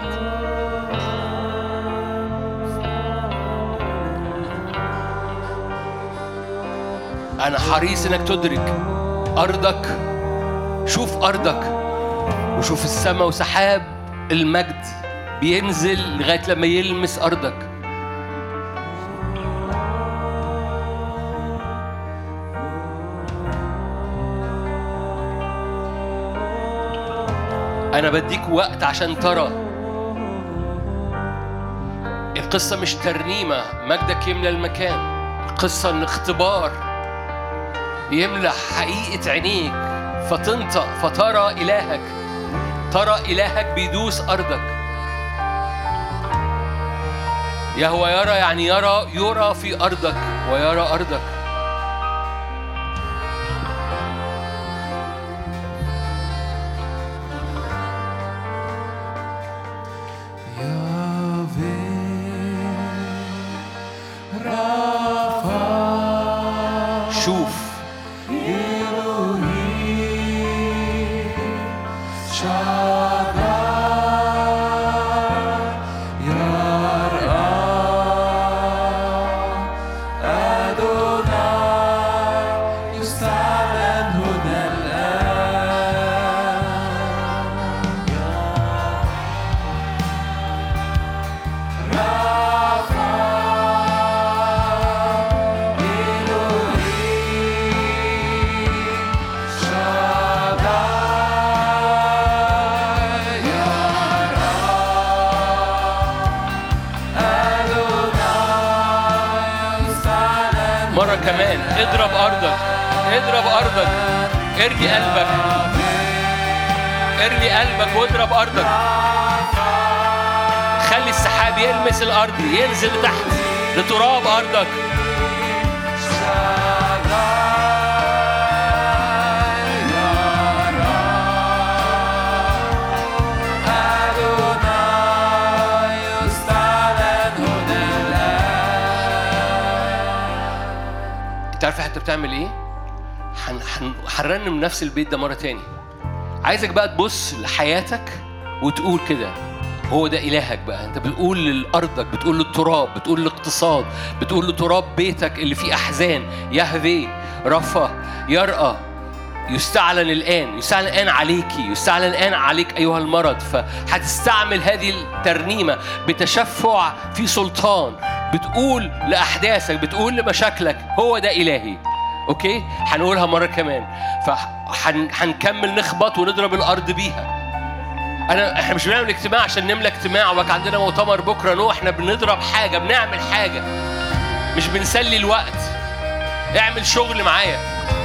أنا حريص إنك تدرك أرضك. شوف أرضك وشوف السماء وسحاب المجد بينزل لغاية لما يلمس أرضك. أنا بديك وقت عشان ترى. القصة مش ترنيمة مجدك يملى المكان، القصة إن اختبار يملى حقيقة عينيك فتنطق فترى إلهك، ترى إلهك بيدوس أرضك. يهوه يرى يعني يرى، يرى في أرضك ويرى أرضك. شوف كمان اضرب أرضك، اضرب أرضك، ارمي قلبك، ارمي قلبك واضرب أرضك. خلي السحاب يلمس الأرض، ينزل تحت لتراب أرضك. تعرف حتى بتعمل ايه؟ هنرنم نفس البيت ده مرة تاني. عايزك بقى تبص لحياتك وتقول كده، هو ده إلهك بقى. انت بتقول للأرضك، بتقول للتراب، بتقول للاقتصاد، بتقول لتراب بيتك اللي فيه أحزان. يهوه رفا يرأى، يستعلن الآن، يستعلن الآن عليكي، يستعلن الآن عليك أيها المرض. فهتستعمل هذه الترنيمة بتشفع في سلطان، بتقول لأحداثك، بتقول لمشاكلك هو ده إلهي. أوكي؟ هنقولها مرة كمان. فهنكمل نخبط ونضرب الأرض بيها. أنا إحنا مش بنعمل اجتماع عشان نملى اجتماع وبقى عندنا مؤتمر بكرة. نو، إحنا بنضرب حاجة، بنعمل حاجة، مش بنسلي الوقت. اعمل شغل معايا.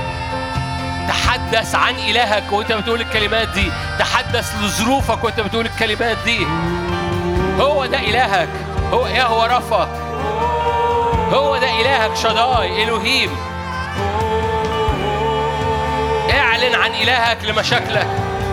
تحدث عن إلهك وأنت بتقول الكلمات دي، تحدث لظروفك وأنت بتقول الكلمات دي. هو ده إلهك، هو يهوه رفا، هو ده إلهك شداي إلهيم. اعلن عن إلهك لمشاكلك.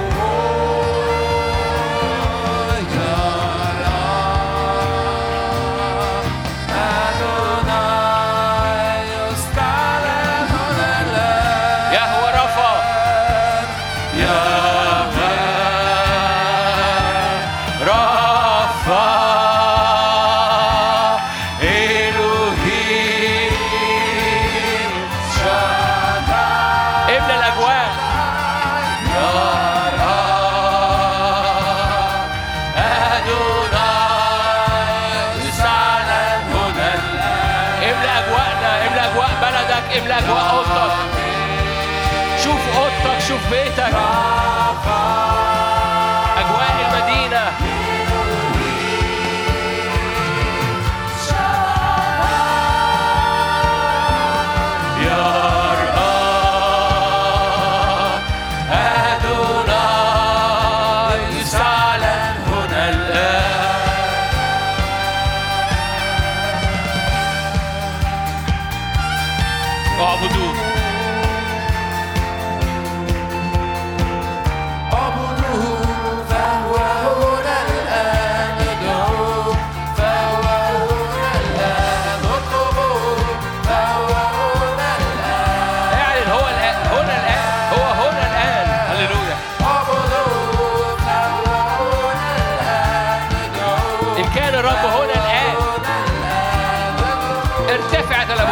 املأ أجواء أوضتك. شوف أوضتك، شوف بيتك، أجواء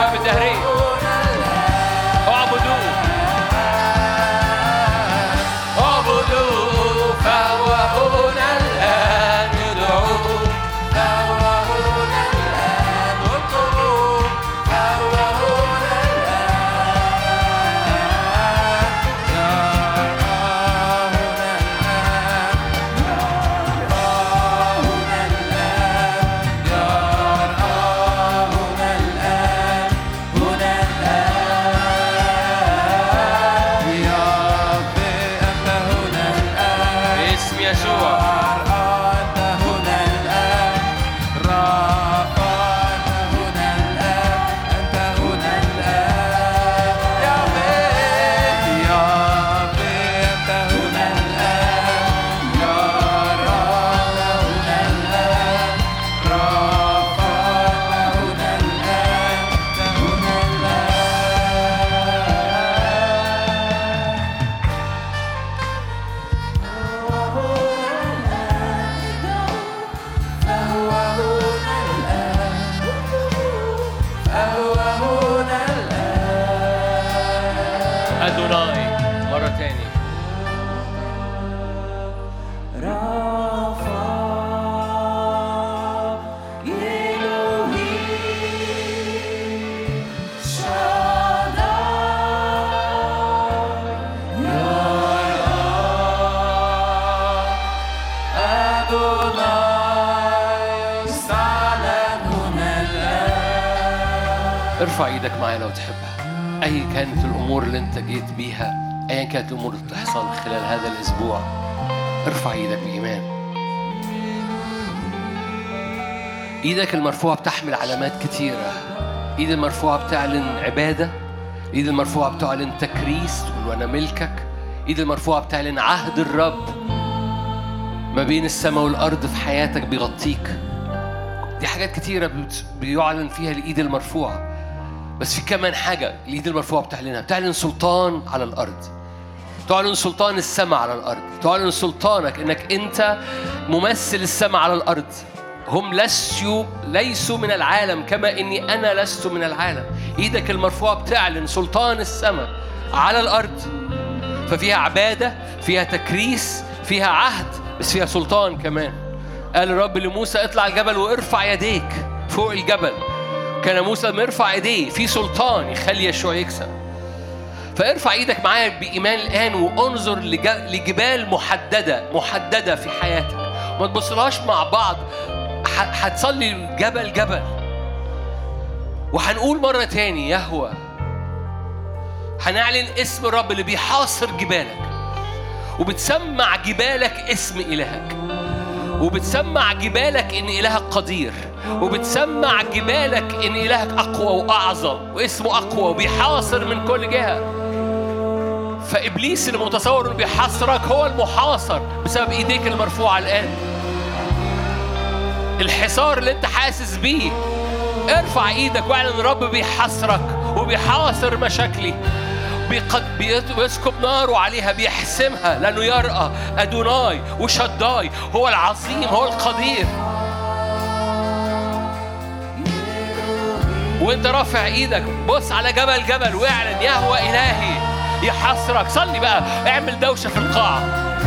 الأبواب الدهرية. اعبدوه اعبدوه فهو هنا الآن. ادعوه فهو هنا الآن. اطلبوه فهو هنا الآن. يراه هنا الآن. يراه هنا الآن. يراه هنا الآن. هنا الآن. يا ربي أنت هنا الآن. باسم يسوع. أنت هنا الآن. رافع أنت هنا الآن. أنت هنا الآن. يا ربي يا ربي أنت هنا الآن. يا رب هنا الآن. رافع أنت هنا الآن. أنت هنا أدوناي مرة تاني. ارفع ايدك معايا لو تحبها. اي كانت الامور اللي انت جيت بيها، ايا كانت الامور اللي بتحصل خلال هذا الاسبوع، ارفع ايدك بايمان. ايدك المرفوعه بتحمل علامات كتيره. ايد المرفوعه بتعلن عباده. ايد المرفوعه بتعلن تكريس، تقول وانا ملكك. ايد المرفوعه بتعلن عهد الرب ما بين السماء والارض في حياتك، بيغطيك. دي حاجات كتيره بيعلن فيها الايد المرفوعه. بس في كمان حاجة الإيد المرفوعة بتعلنها، بتعلن سلطان على الأرض. تعلن سلطان السماء على الأرض. تعلن سلطانك إنك أنت ممثل السماء على الأرض. هم لسوا ليسوا من العالم كما إني أنا لست من العالم. إيدك المرفوعة بتعلن سلطان السماء على الأرض. ففيها عبادة، فيها تكريس، فيها عهد، بس فيها سلطان كمان. قال الرب لموسى اطلع الجبل وارفع يديك فوق الجبل. كان موسى لما يرفع ايديه في سلطان يخلي يشوع يكسب. فارفع ايدك معايا بإيمان الآن وانظر لجبال محددة محددة في حياتك. ما تبصلهاش مع بعض. هتصلي جبل جبل وهنقول مرة تاني يهوه. هنعلن اسم الرب اللي بيحاصر جبالك، وبتسمع جبالك اسم إلهك، وبتسمع جبالك إن إلهك قدير، وبتسمع جبالك إن إلهك أقوى وأعظم واسمه أقوى وبيحاصر من كل جهة. فإبليس اللي متصور إنه بيحاصرك هو المحاصر بسبب إيديك المرفوعة الآن. الحصار اللي أنت حاسس بيه، ارفع إيدك واعلن الرب بيحاصرك وبيحاصر مشاكلي. بيسكب ناره عليها، بيحسمها، لأنه يرأى أدوناي وشداي هو العظيم، هو القدير. وانت رافع ايدك بص على جبل جبل واعلن يهوه إلهي يحصرك. صلي بقى، اعمل دوشة في القاعة،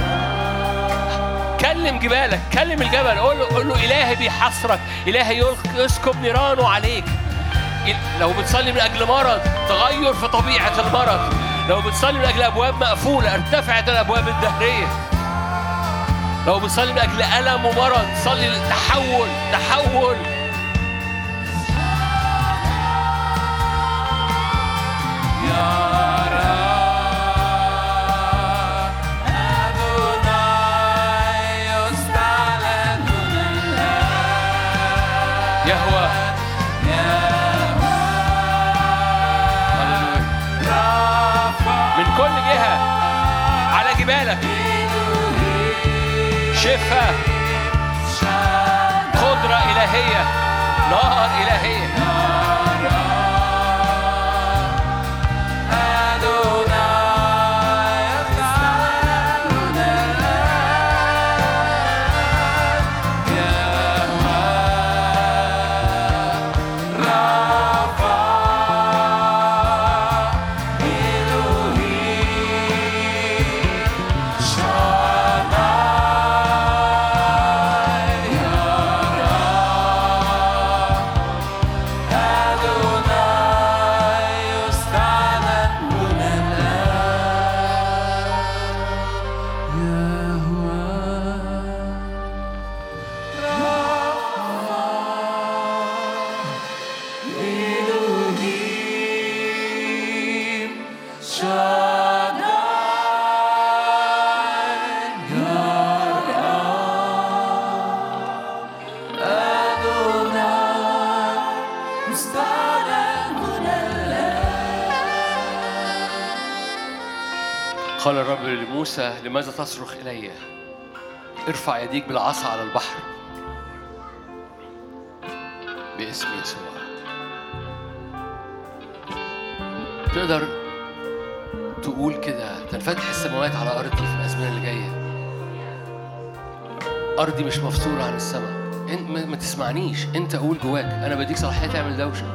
كلم جبالك، كلم الجبل، قول له, قول له إلهي بيحصرك، إلهي يسكب نيرانه عليك. لو بتصلي من أجل مرض، تغير في طبيعة المرض. لو بتصلي من أجل أبواب مقفولة، ارتفعت الأبواب الدهرية. لو بتصلي من أجل ألم ومرض، صلي تحول تحول. يهوه من كل جهة على جبالك شفاء، قدرة إلهية، نار إلهية. قال الرب لموسى لماذا تصرخ إلي؟ ارفع يديك بالعصا على البحر باسم يسوع. تقدر تقول كده تنفتح السماوات على أرضي في الأزمنة اللي جاية. أرضي مش مفصولة عن السماء. انت ما تسمعنيش، انت قول جواك انا بديك صلاحية تعمل دوشة.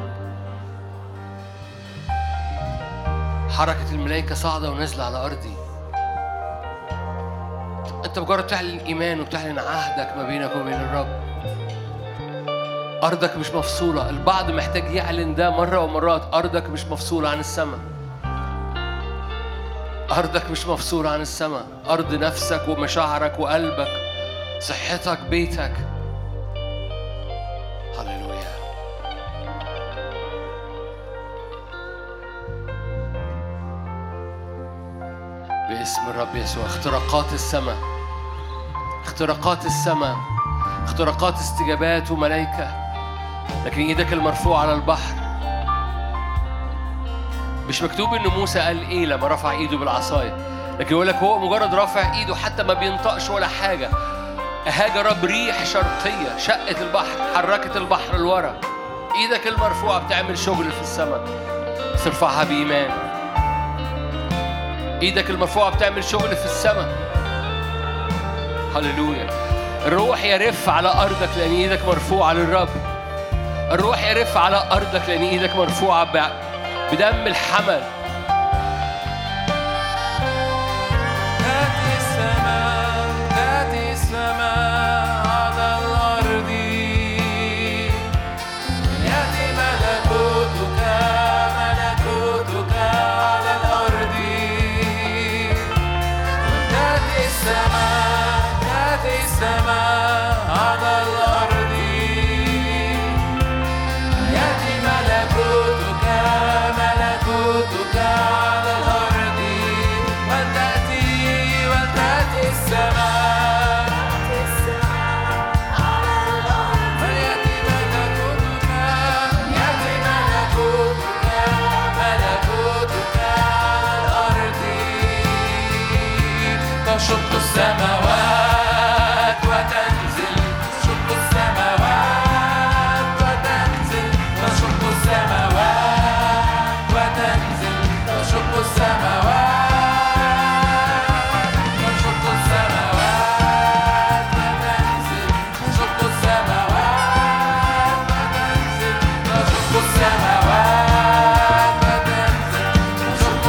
حركة الملائكة صاعدة ونازلة على أرضي. انت مجرد تعلن إيمان وبتعلن عهدك ما بينك وبين الرب. أرضك مش مفصولة. البعض محتاج يعلن ده مرة ومرات. أرضك مش مفصولة عن السماء. أرضك مش مفصولة عن السماء. أرض نفسك ومشاعرك وقلبك، صحتك، بيتك. هللويا. باسم الرب يسوع. اختراقات السماء، اختراقات السماء، اختراقات استجابات وملائكة. لكن ايدك المرفوعة على البحر. مش مكتوب ان موسى قال ايه لما رفع ايده بالعصاية، لكن يقول لك هو مجرد رافع ايده حتى ما بينطقش ولا حاجة. أهاج رب ريح شرقية شقت البحر، حركت البحر لورا. ايدك المرفوعة بتعمل شغل في السماء، ترفعها بإيمان. ايدك المرفوعة بتعمل شغل في السماء. هللويا. الروح يرف على أرضك لأن ايدك مرفوعة للرب. الروح يرف على أرضك لأن ايدك مرفوعة بدم الحمل. تأتي السماء، تأتي السماء على الأرض. يأتي ملكوتك، ملكوتك على الأرض. تأتي السماء، تأتي السماء على الأرض. يأتي ملكوتك، ملكوتك على الأرض. ولتأتي، ولتأتي السماء على الأرض. وليأتي ملكوتك، يأتي ملكوتك، ملكوتك على الأرض. تشق السماوات وتنزل، تشق السماوات وتنزل، تشق السماوات وتنزل، تشق السماوات، تشق السماوات وتنزل، تشق السماوات وتنزل، تشق السماوات وتنزل، تشق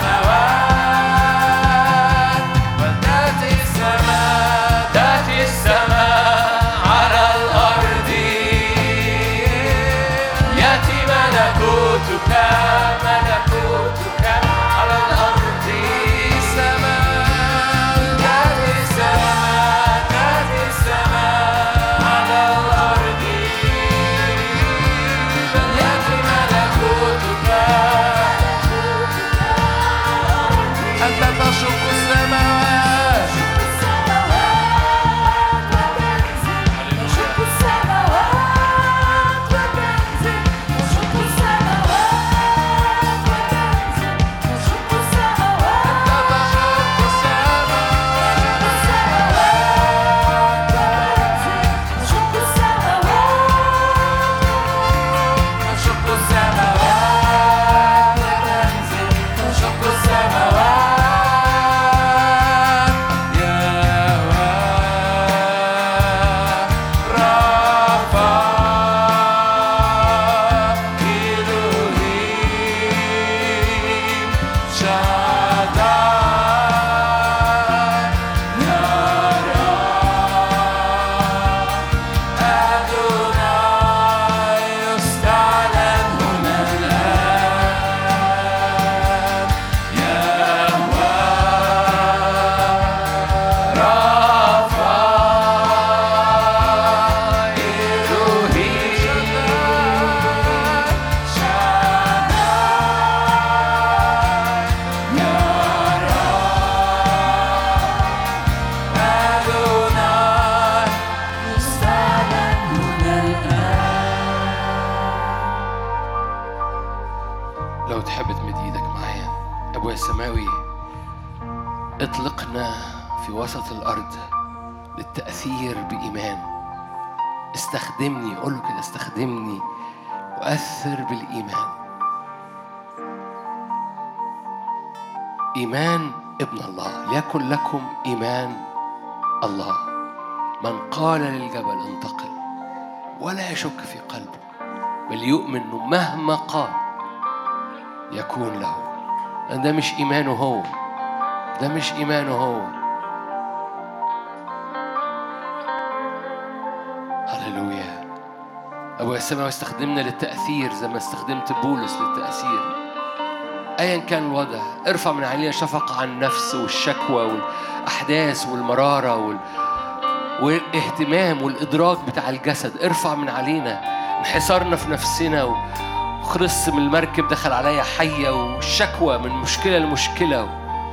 السماوات. وتأتي السماء، تأتي السماء على الأرض. يأتي ملكوتك، ملكوتك على الأرض. السماء، تأتي السماء، تأتي السماء على الأرض. يأتي ملكوتك، أنت تشق السماوات. تشق السماوات وتنزل، تشق السماوات وتنزل، لو تحب تمد ايدك معايا. أبويا السماوي، اطلقنا في وسط الأرض للتأثير بإيمان. استخدمني، قول له كده، استخدمني وأثر بالإيمان. إيمان ابن الله، ليكن لكم إيمان الله. من قال للجبل انتقل ولا يشك في قلبه، بل يؤمن إنه مهما قال يكون له. ده مش إيمانه هو، ده مش إيمانه هو. هللويا. أبويا السماوي، استخدمنا للتأثير زي ما استخدمت بولس للتأثير. أيا كان الوضع، ارفع من علينا شفقة عن النفس والشكوى والأحداث والمرارة وال... والاهتمام والإدراك بتاع الجسد. ارفع من علينا انحسارنا في نفسنا وخرص من المركب دخل عليا حية والشكوى من مشكلة لمشكلة.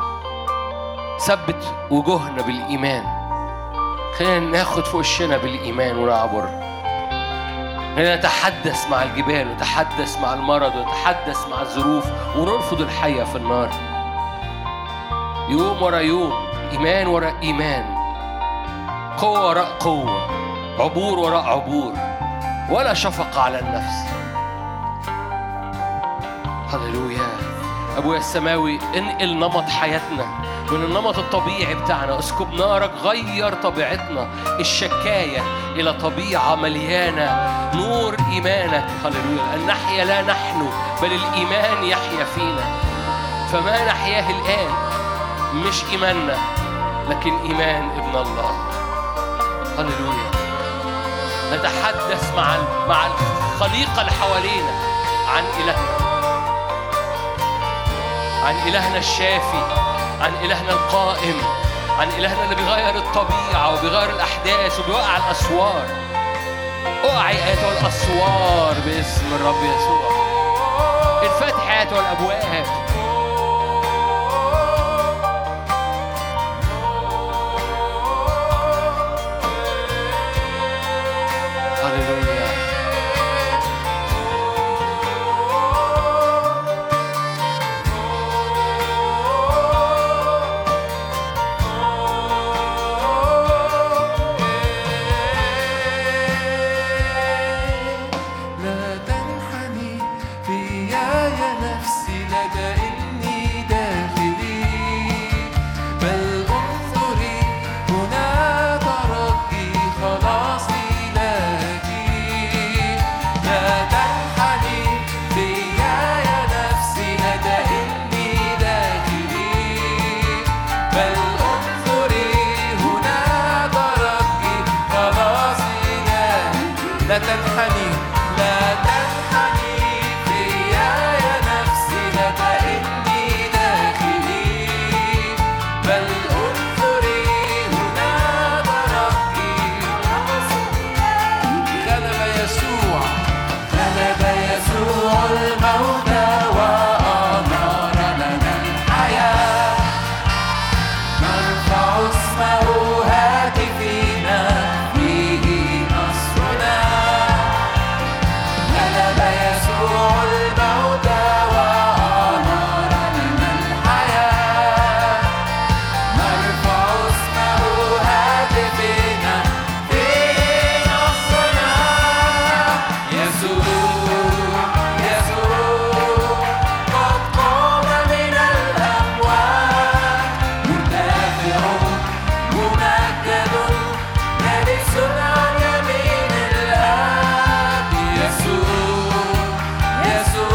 ثبت وجوهنا بالإيمان. خلينا ناخد في وشنا بالإيمان ونعبر. خلينا نتحدث مع الجبال ونتحدث مع المرض ونتحدث مع الظروف ونرفض الحية في النار. يوم ورا يوم، إيمان ورا إيمان، قوة وراء قوة، عبور وراء عبور، ولا شفقة على النفس. هللويا. أبويا السماوي، انقل نمط حياتنا من النمط الطبيعي بتاعنا. اسكب نارك، غير طبيعتنا الشكاية إلى طبيعة مليانة نور إيمانك. هللويا. أن نحيا لا نحن، بل الإيمان يحيا فينا. فما نحياه الآن مش إيماننا، لكن إيمان ابن الله. هللويا. نتحدث مع مع الخليقة اللي حوالينا عن إلهنا، عن إلهنا الشافي، عن إلهنا القائم، عن إلهنا اللي بيغير الطبيعة وبيغير الأحداث وبيوقع الأسوار. اوعي أيتها الأسوار باسم الرب يسوع. انفتح أيتها الأبواب. هللويا. لا تنحني لا تنحني فيا يا نفسي، لا كأني داخلي، بل انظري هنا تركي. غلب يسوع، غلب يسوع الموت وأنار لنا الحياة. نرفع اسمه هاتفنا، فيه نصرنا. غلب يسوع الموت وأنار لنا الحياة. نرفع اسمه هاتفنا، فيه نصرنا. يسوع يسوع قد قام من الأموات، مرتفع ممجد جالس عن يمين الآب. يسوع يسوع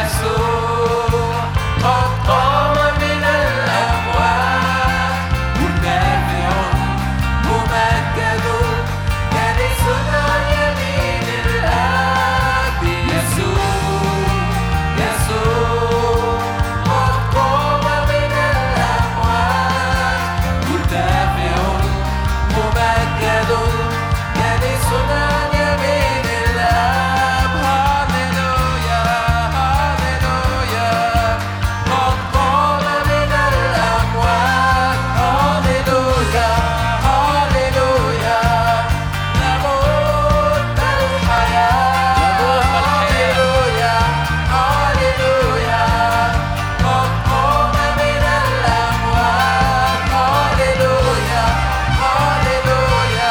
يسوع قد قام من الأموات مرتفع ممجد جالس عن يمين الآب يسوع يسوع قد قام من الأموات مرتفع ممجد جالس عن يمين الآب هاليلويا هاليلويا قد قام من الأموات هاليلويا هاليلويا نموت بالحياة هاليلويا هاليلويا قد قام من الأموات هاليلويا هاليلويا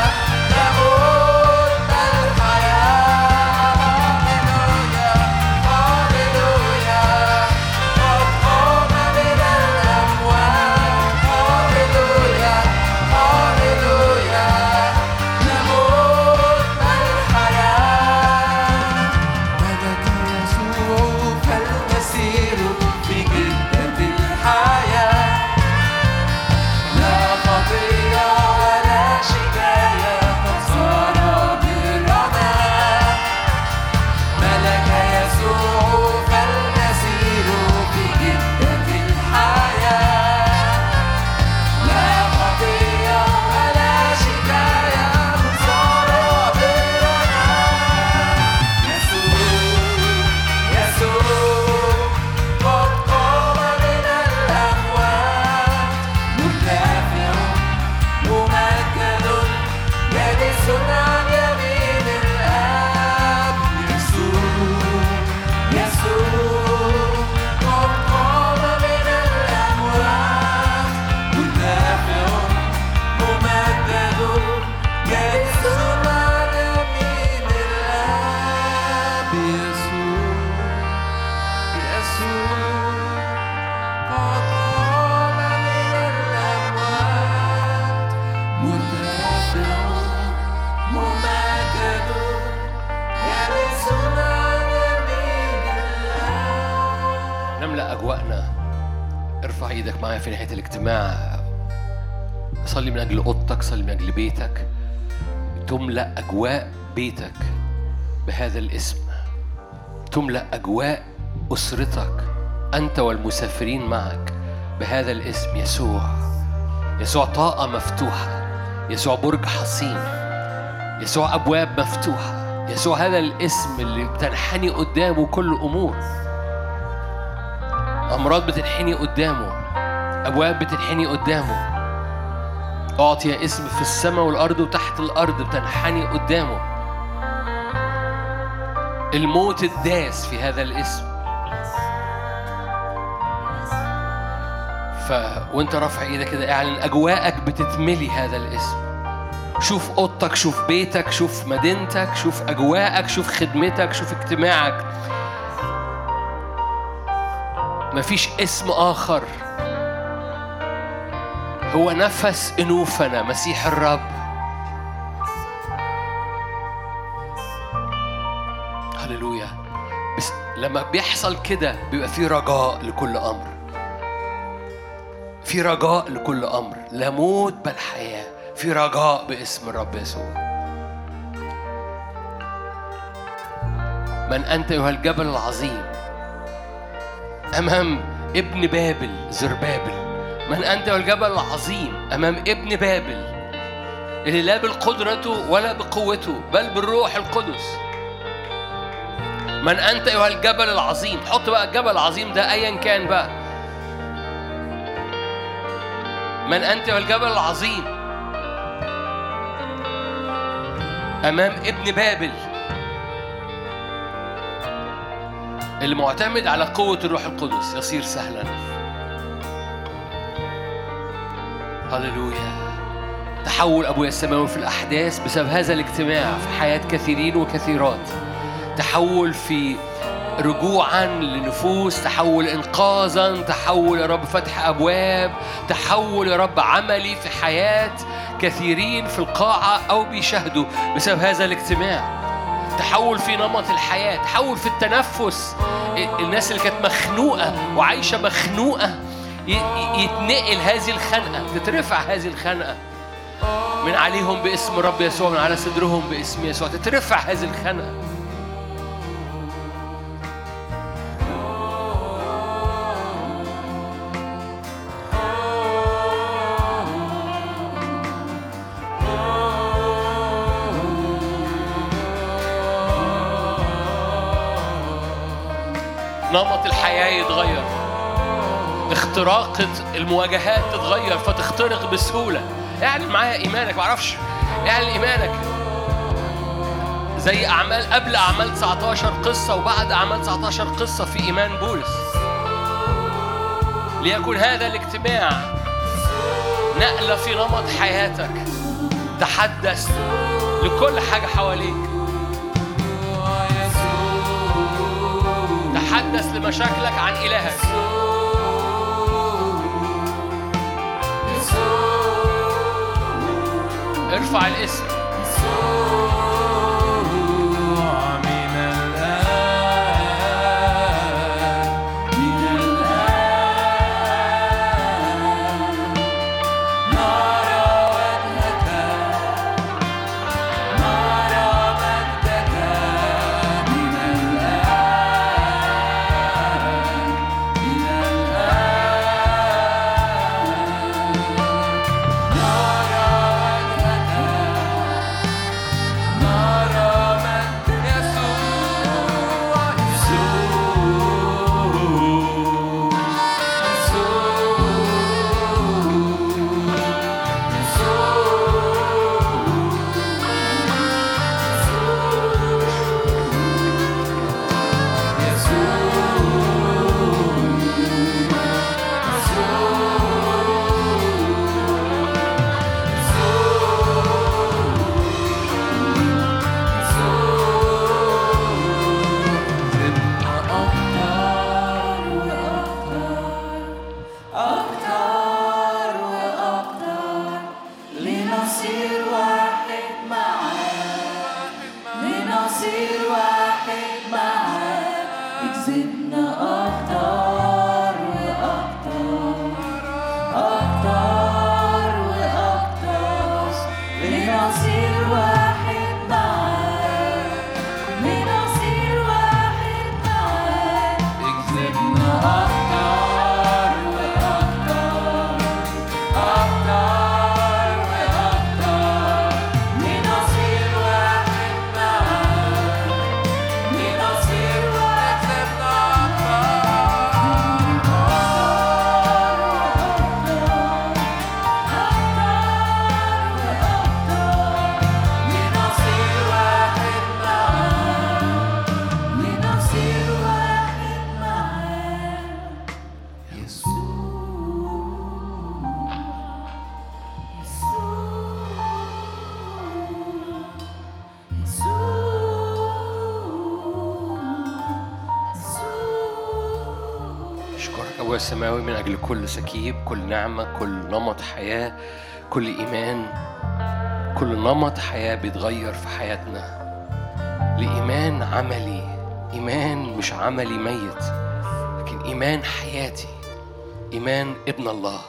نموت بالحياة هاليلويا هاليلويا قد قام من الأموات هاليلويا هاليلويا نموت بالحياة ملك يسوع فالمسير في جدة الحياة لا خطية ولا شكاية قد صار بالرماء ملك يسوع فالمسير في جدة الحياة لا خطية ولا شكاية قد صار بالرماء يسوع يسوع قد قام من الأموات مرتفع ممجد جالس عن يمين الآب يسوع يسوع قد قام من الأموات مرتفع ممجد جالس عن يمين الآب يسوع يسوع قد قام من الأموات مرتفع ممجد جالس عن يمين الآب نملأ أجواءنا. ارفع ايدك معايا في نهاية الاجتماع. صلي من أجل أوضتك، صلي من أجل بيتك. تملأ أجواء بيتك بهذا الاسم، تملأ أجواء أسرتك أنت والمسافرين معك بهذا الاسم. يسوع يسوع طاقة مفتوحة، يسوع برج حصين، يسوع أبواب مفتوحة، يسوع هذا الاسم اللي بتنحني قدامه كل أمور. أمراض بتنحني قدامه، أبواب بتنحني قدامه. أعطي اسم في السماء والأرض وتحت الأرض بتنحني قدامه. الموت الداس في هذا الاسم. ف وانت رافع ايدك كده اعلن أجواءك بتتملي هذا الاسم. شوف أوضتك، شوف بيتك، شوف مدينتك، شوف أجواءك، شوف خدمتك، شوف اجتماعك. مفيش اسم آخر هو نفس أنوفنا مسيح الرب. هللويا. بس لما بيحصل كده بيبقى في رجاء لكل أمر، في رجاء لكل أمر، لا موت بل حياة. في رجاء باسم الرب يسوع. من أنت أيها الجبل العظيم أمام ابن بابل زربابل؟ من أنت أيها الجبل العظيم أمام ابن بابل اللي لا بقدرته ولا بقوته بل بالروح القدس؟ من أنت أيها الجبل العظيم؟ حط بقى الجبل العظيم ده أيا كان بقى. من أنت أيها الجبل العظيم أمام ابن بابل اللي معتمد على قوة الروح القدس يصير سهلا. هللويا. تحول أبويا السماوي في الأحداث بسبب هذا الاجتماع في حياة كثيرين وكثيرات. تحول في رجوعا لنفوس، تحول إنقاذا، تحول يا رب فتح أبواب، تحول يا رب عملي في حياة كثيرين في القاعة أو بيشاهدوا بسبب هذا الاجتماع. تحول في نمط الحياة، تحول في التنفس. الناس اللي كانت مخنوقة وعايشة مخنوقة يتنقل هذه الخنقة، تترفع هذه الخنقة من عليهم باسم رب يسوع، من على صدرهم باسم يسوع تترفع هذه الخنقة. نمط الحياة يتغير، اختراق المواجهات تتغير فتخترق بسهولة. اعلن معايا إيمانك، معرفش اعلن إيمانك زي أعمال قبل أعمال تسعة عشر قصة وبعد أعمال تسعة عشر قصة في إيمان بولس. ليكن هذا الاجتماع نقلة في نمط حياتك، تحدث لكل حاجة حواليك، تحدث لمشاكلك عن إلهك. ارفع الاسم. السماوي من أجل كل سكيب، كل نعمة، كل نمط حياة، كل إيمان، كل نمط حياة بيتغير في حياتنا لإيمان عملي، إيمان مش عملي ميت لكن إيمان حياتي، إيمان ابن الله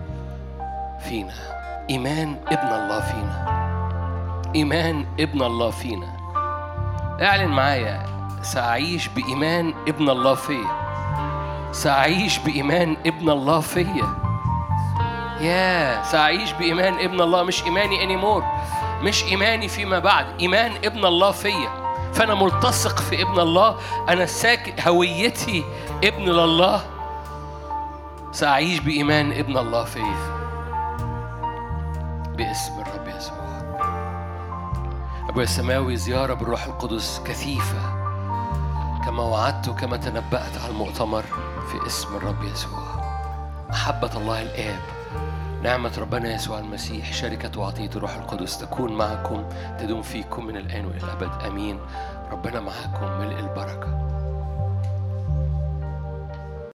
فينا، إيمان ابن الله فينا، إيمان ابن الله فينا. اعلن معايا: سأعيش بإيمان ابن الله فيا، سأعيش بإيمان ابن الله فيا. يا سأعيش بإيمان ابن الله، مش إيماني anymore، مش إيماني فيما بعد، إيمان ابن الله فيا. فأنا ملتصق في ابن الله، أنا ساكن، هويتي ابن لله. سأعيش بإيمان ابن الله فيا باسم الرب يسوع. أبويا السماوي، زيارة بالروح القدس كثيفة كما وعدت وكما تنبأت على المؤتمر في اسم الرب يسوع. محبة الله الآب، نعمة ربنا يسوع المسيح، شركة وعطية الروح القدس تكون معكم، تدوم فيكم من الآن وإلى الأبد. أمين. ربنا معكم ملء البركة.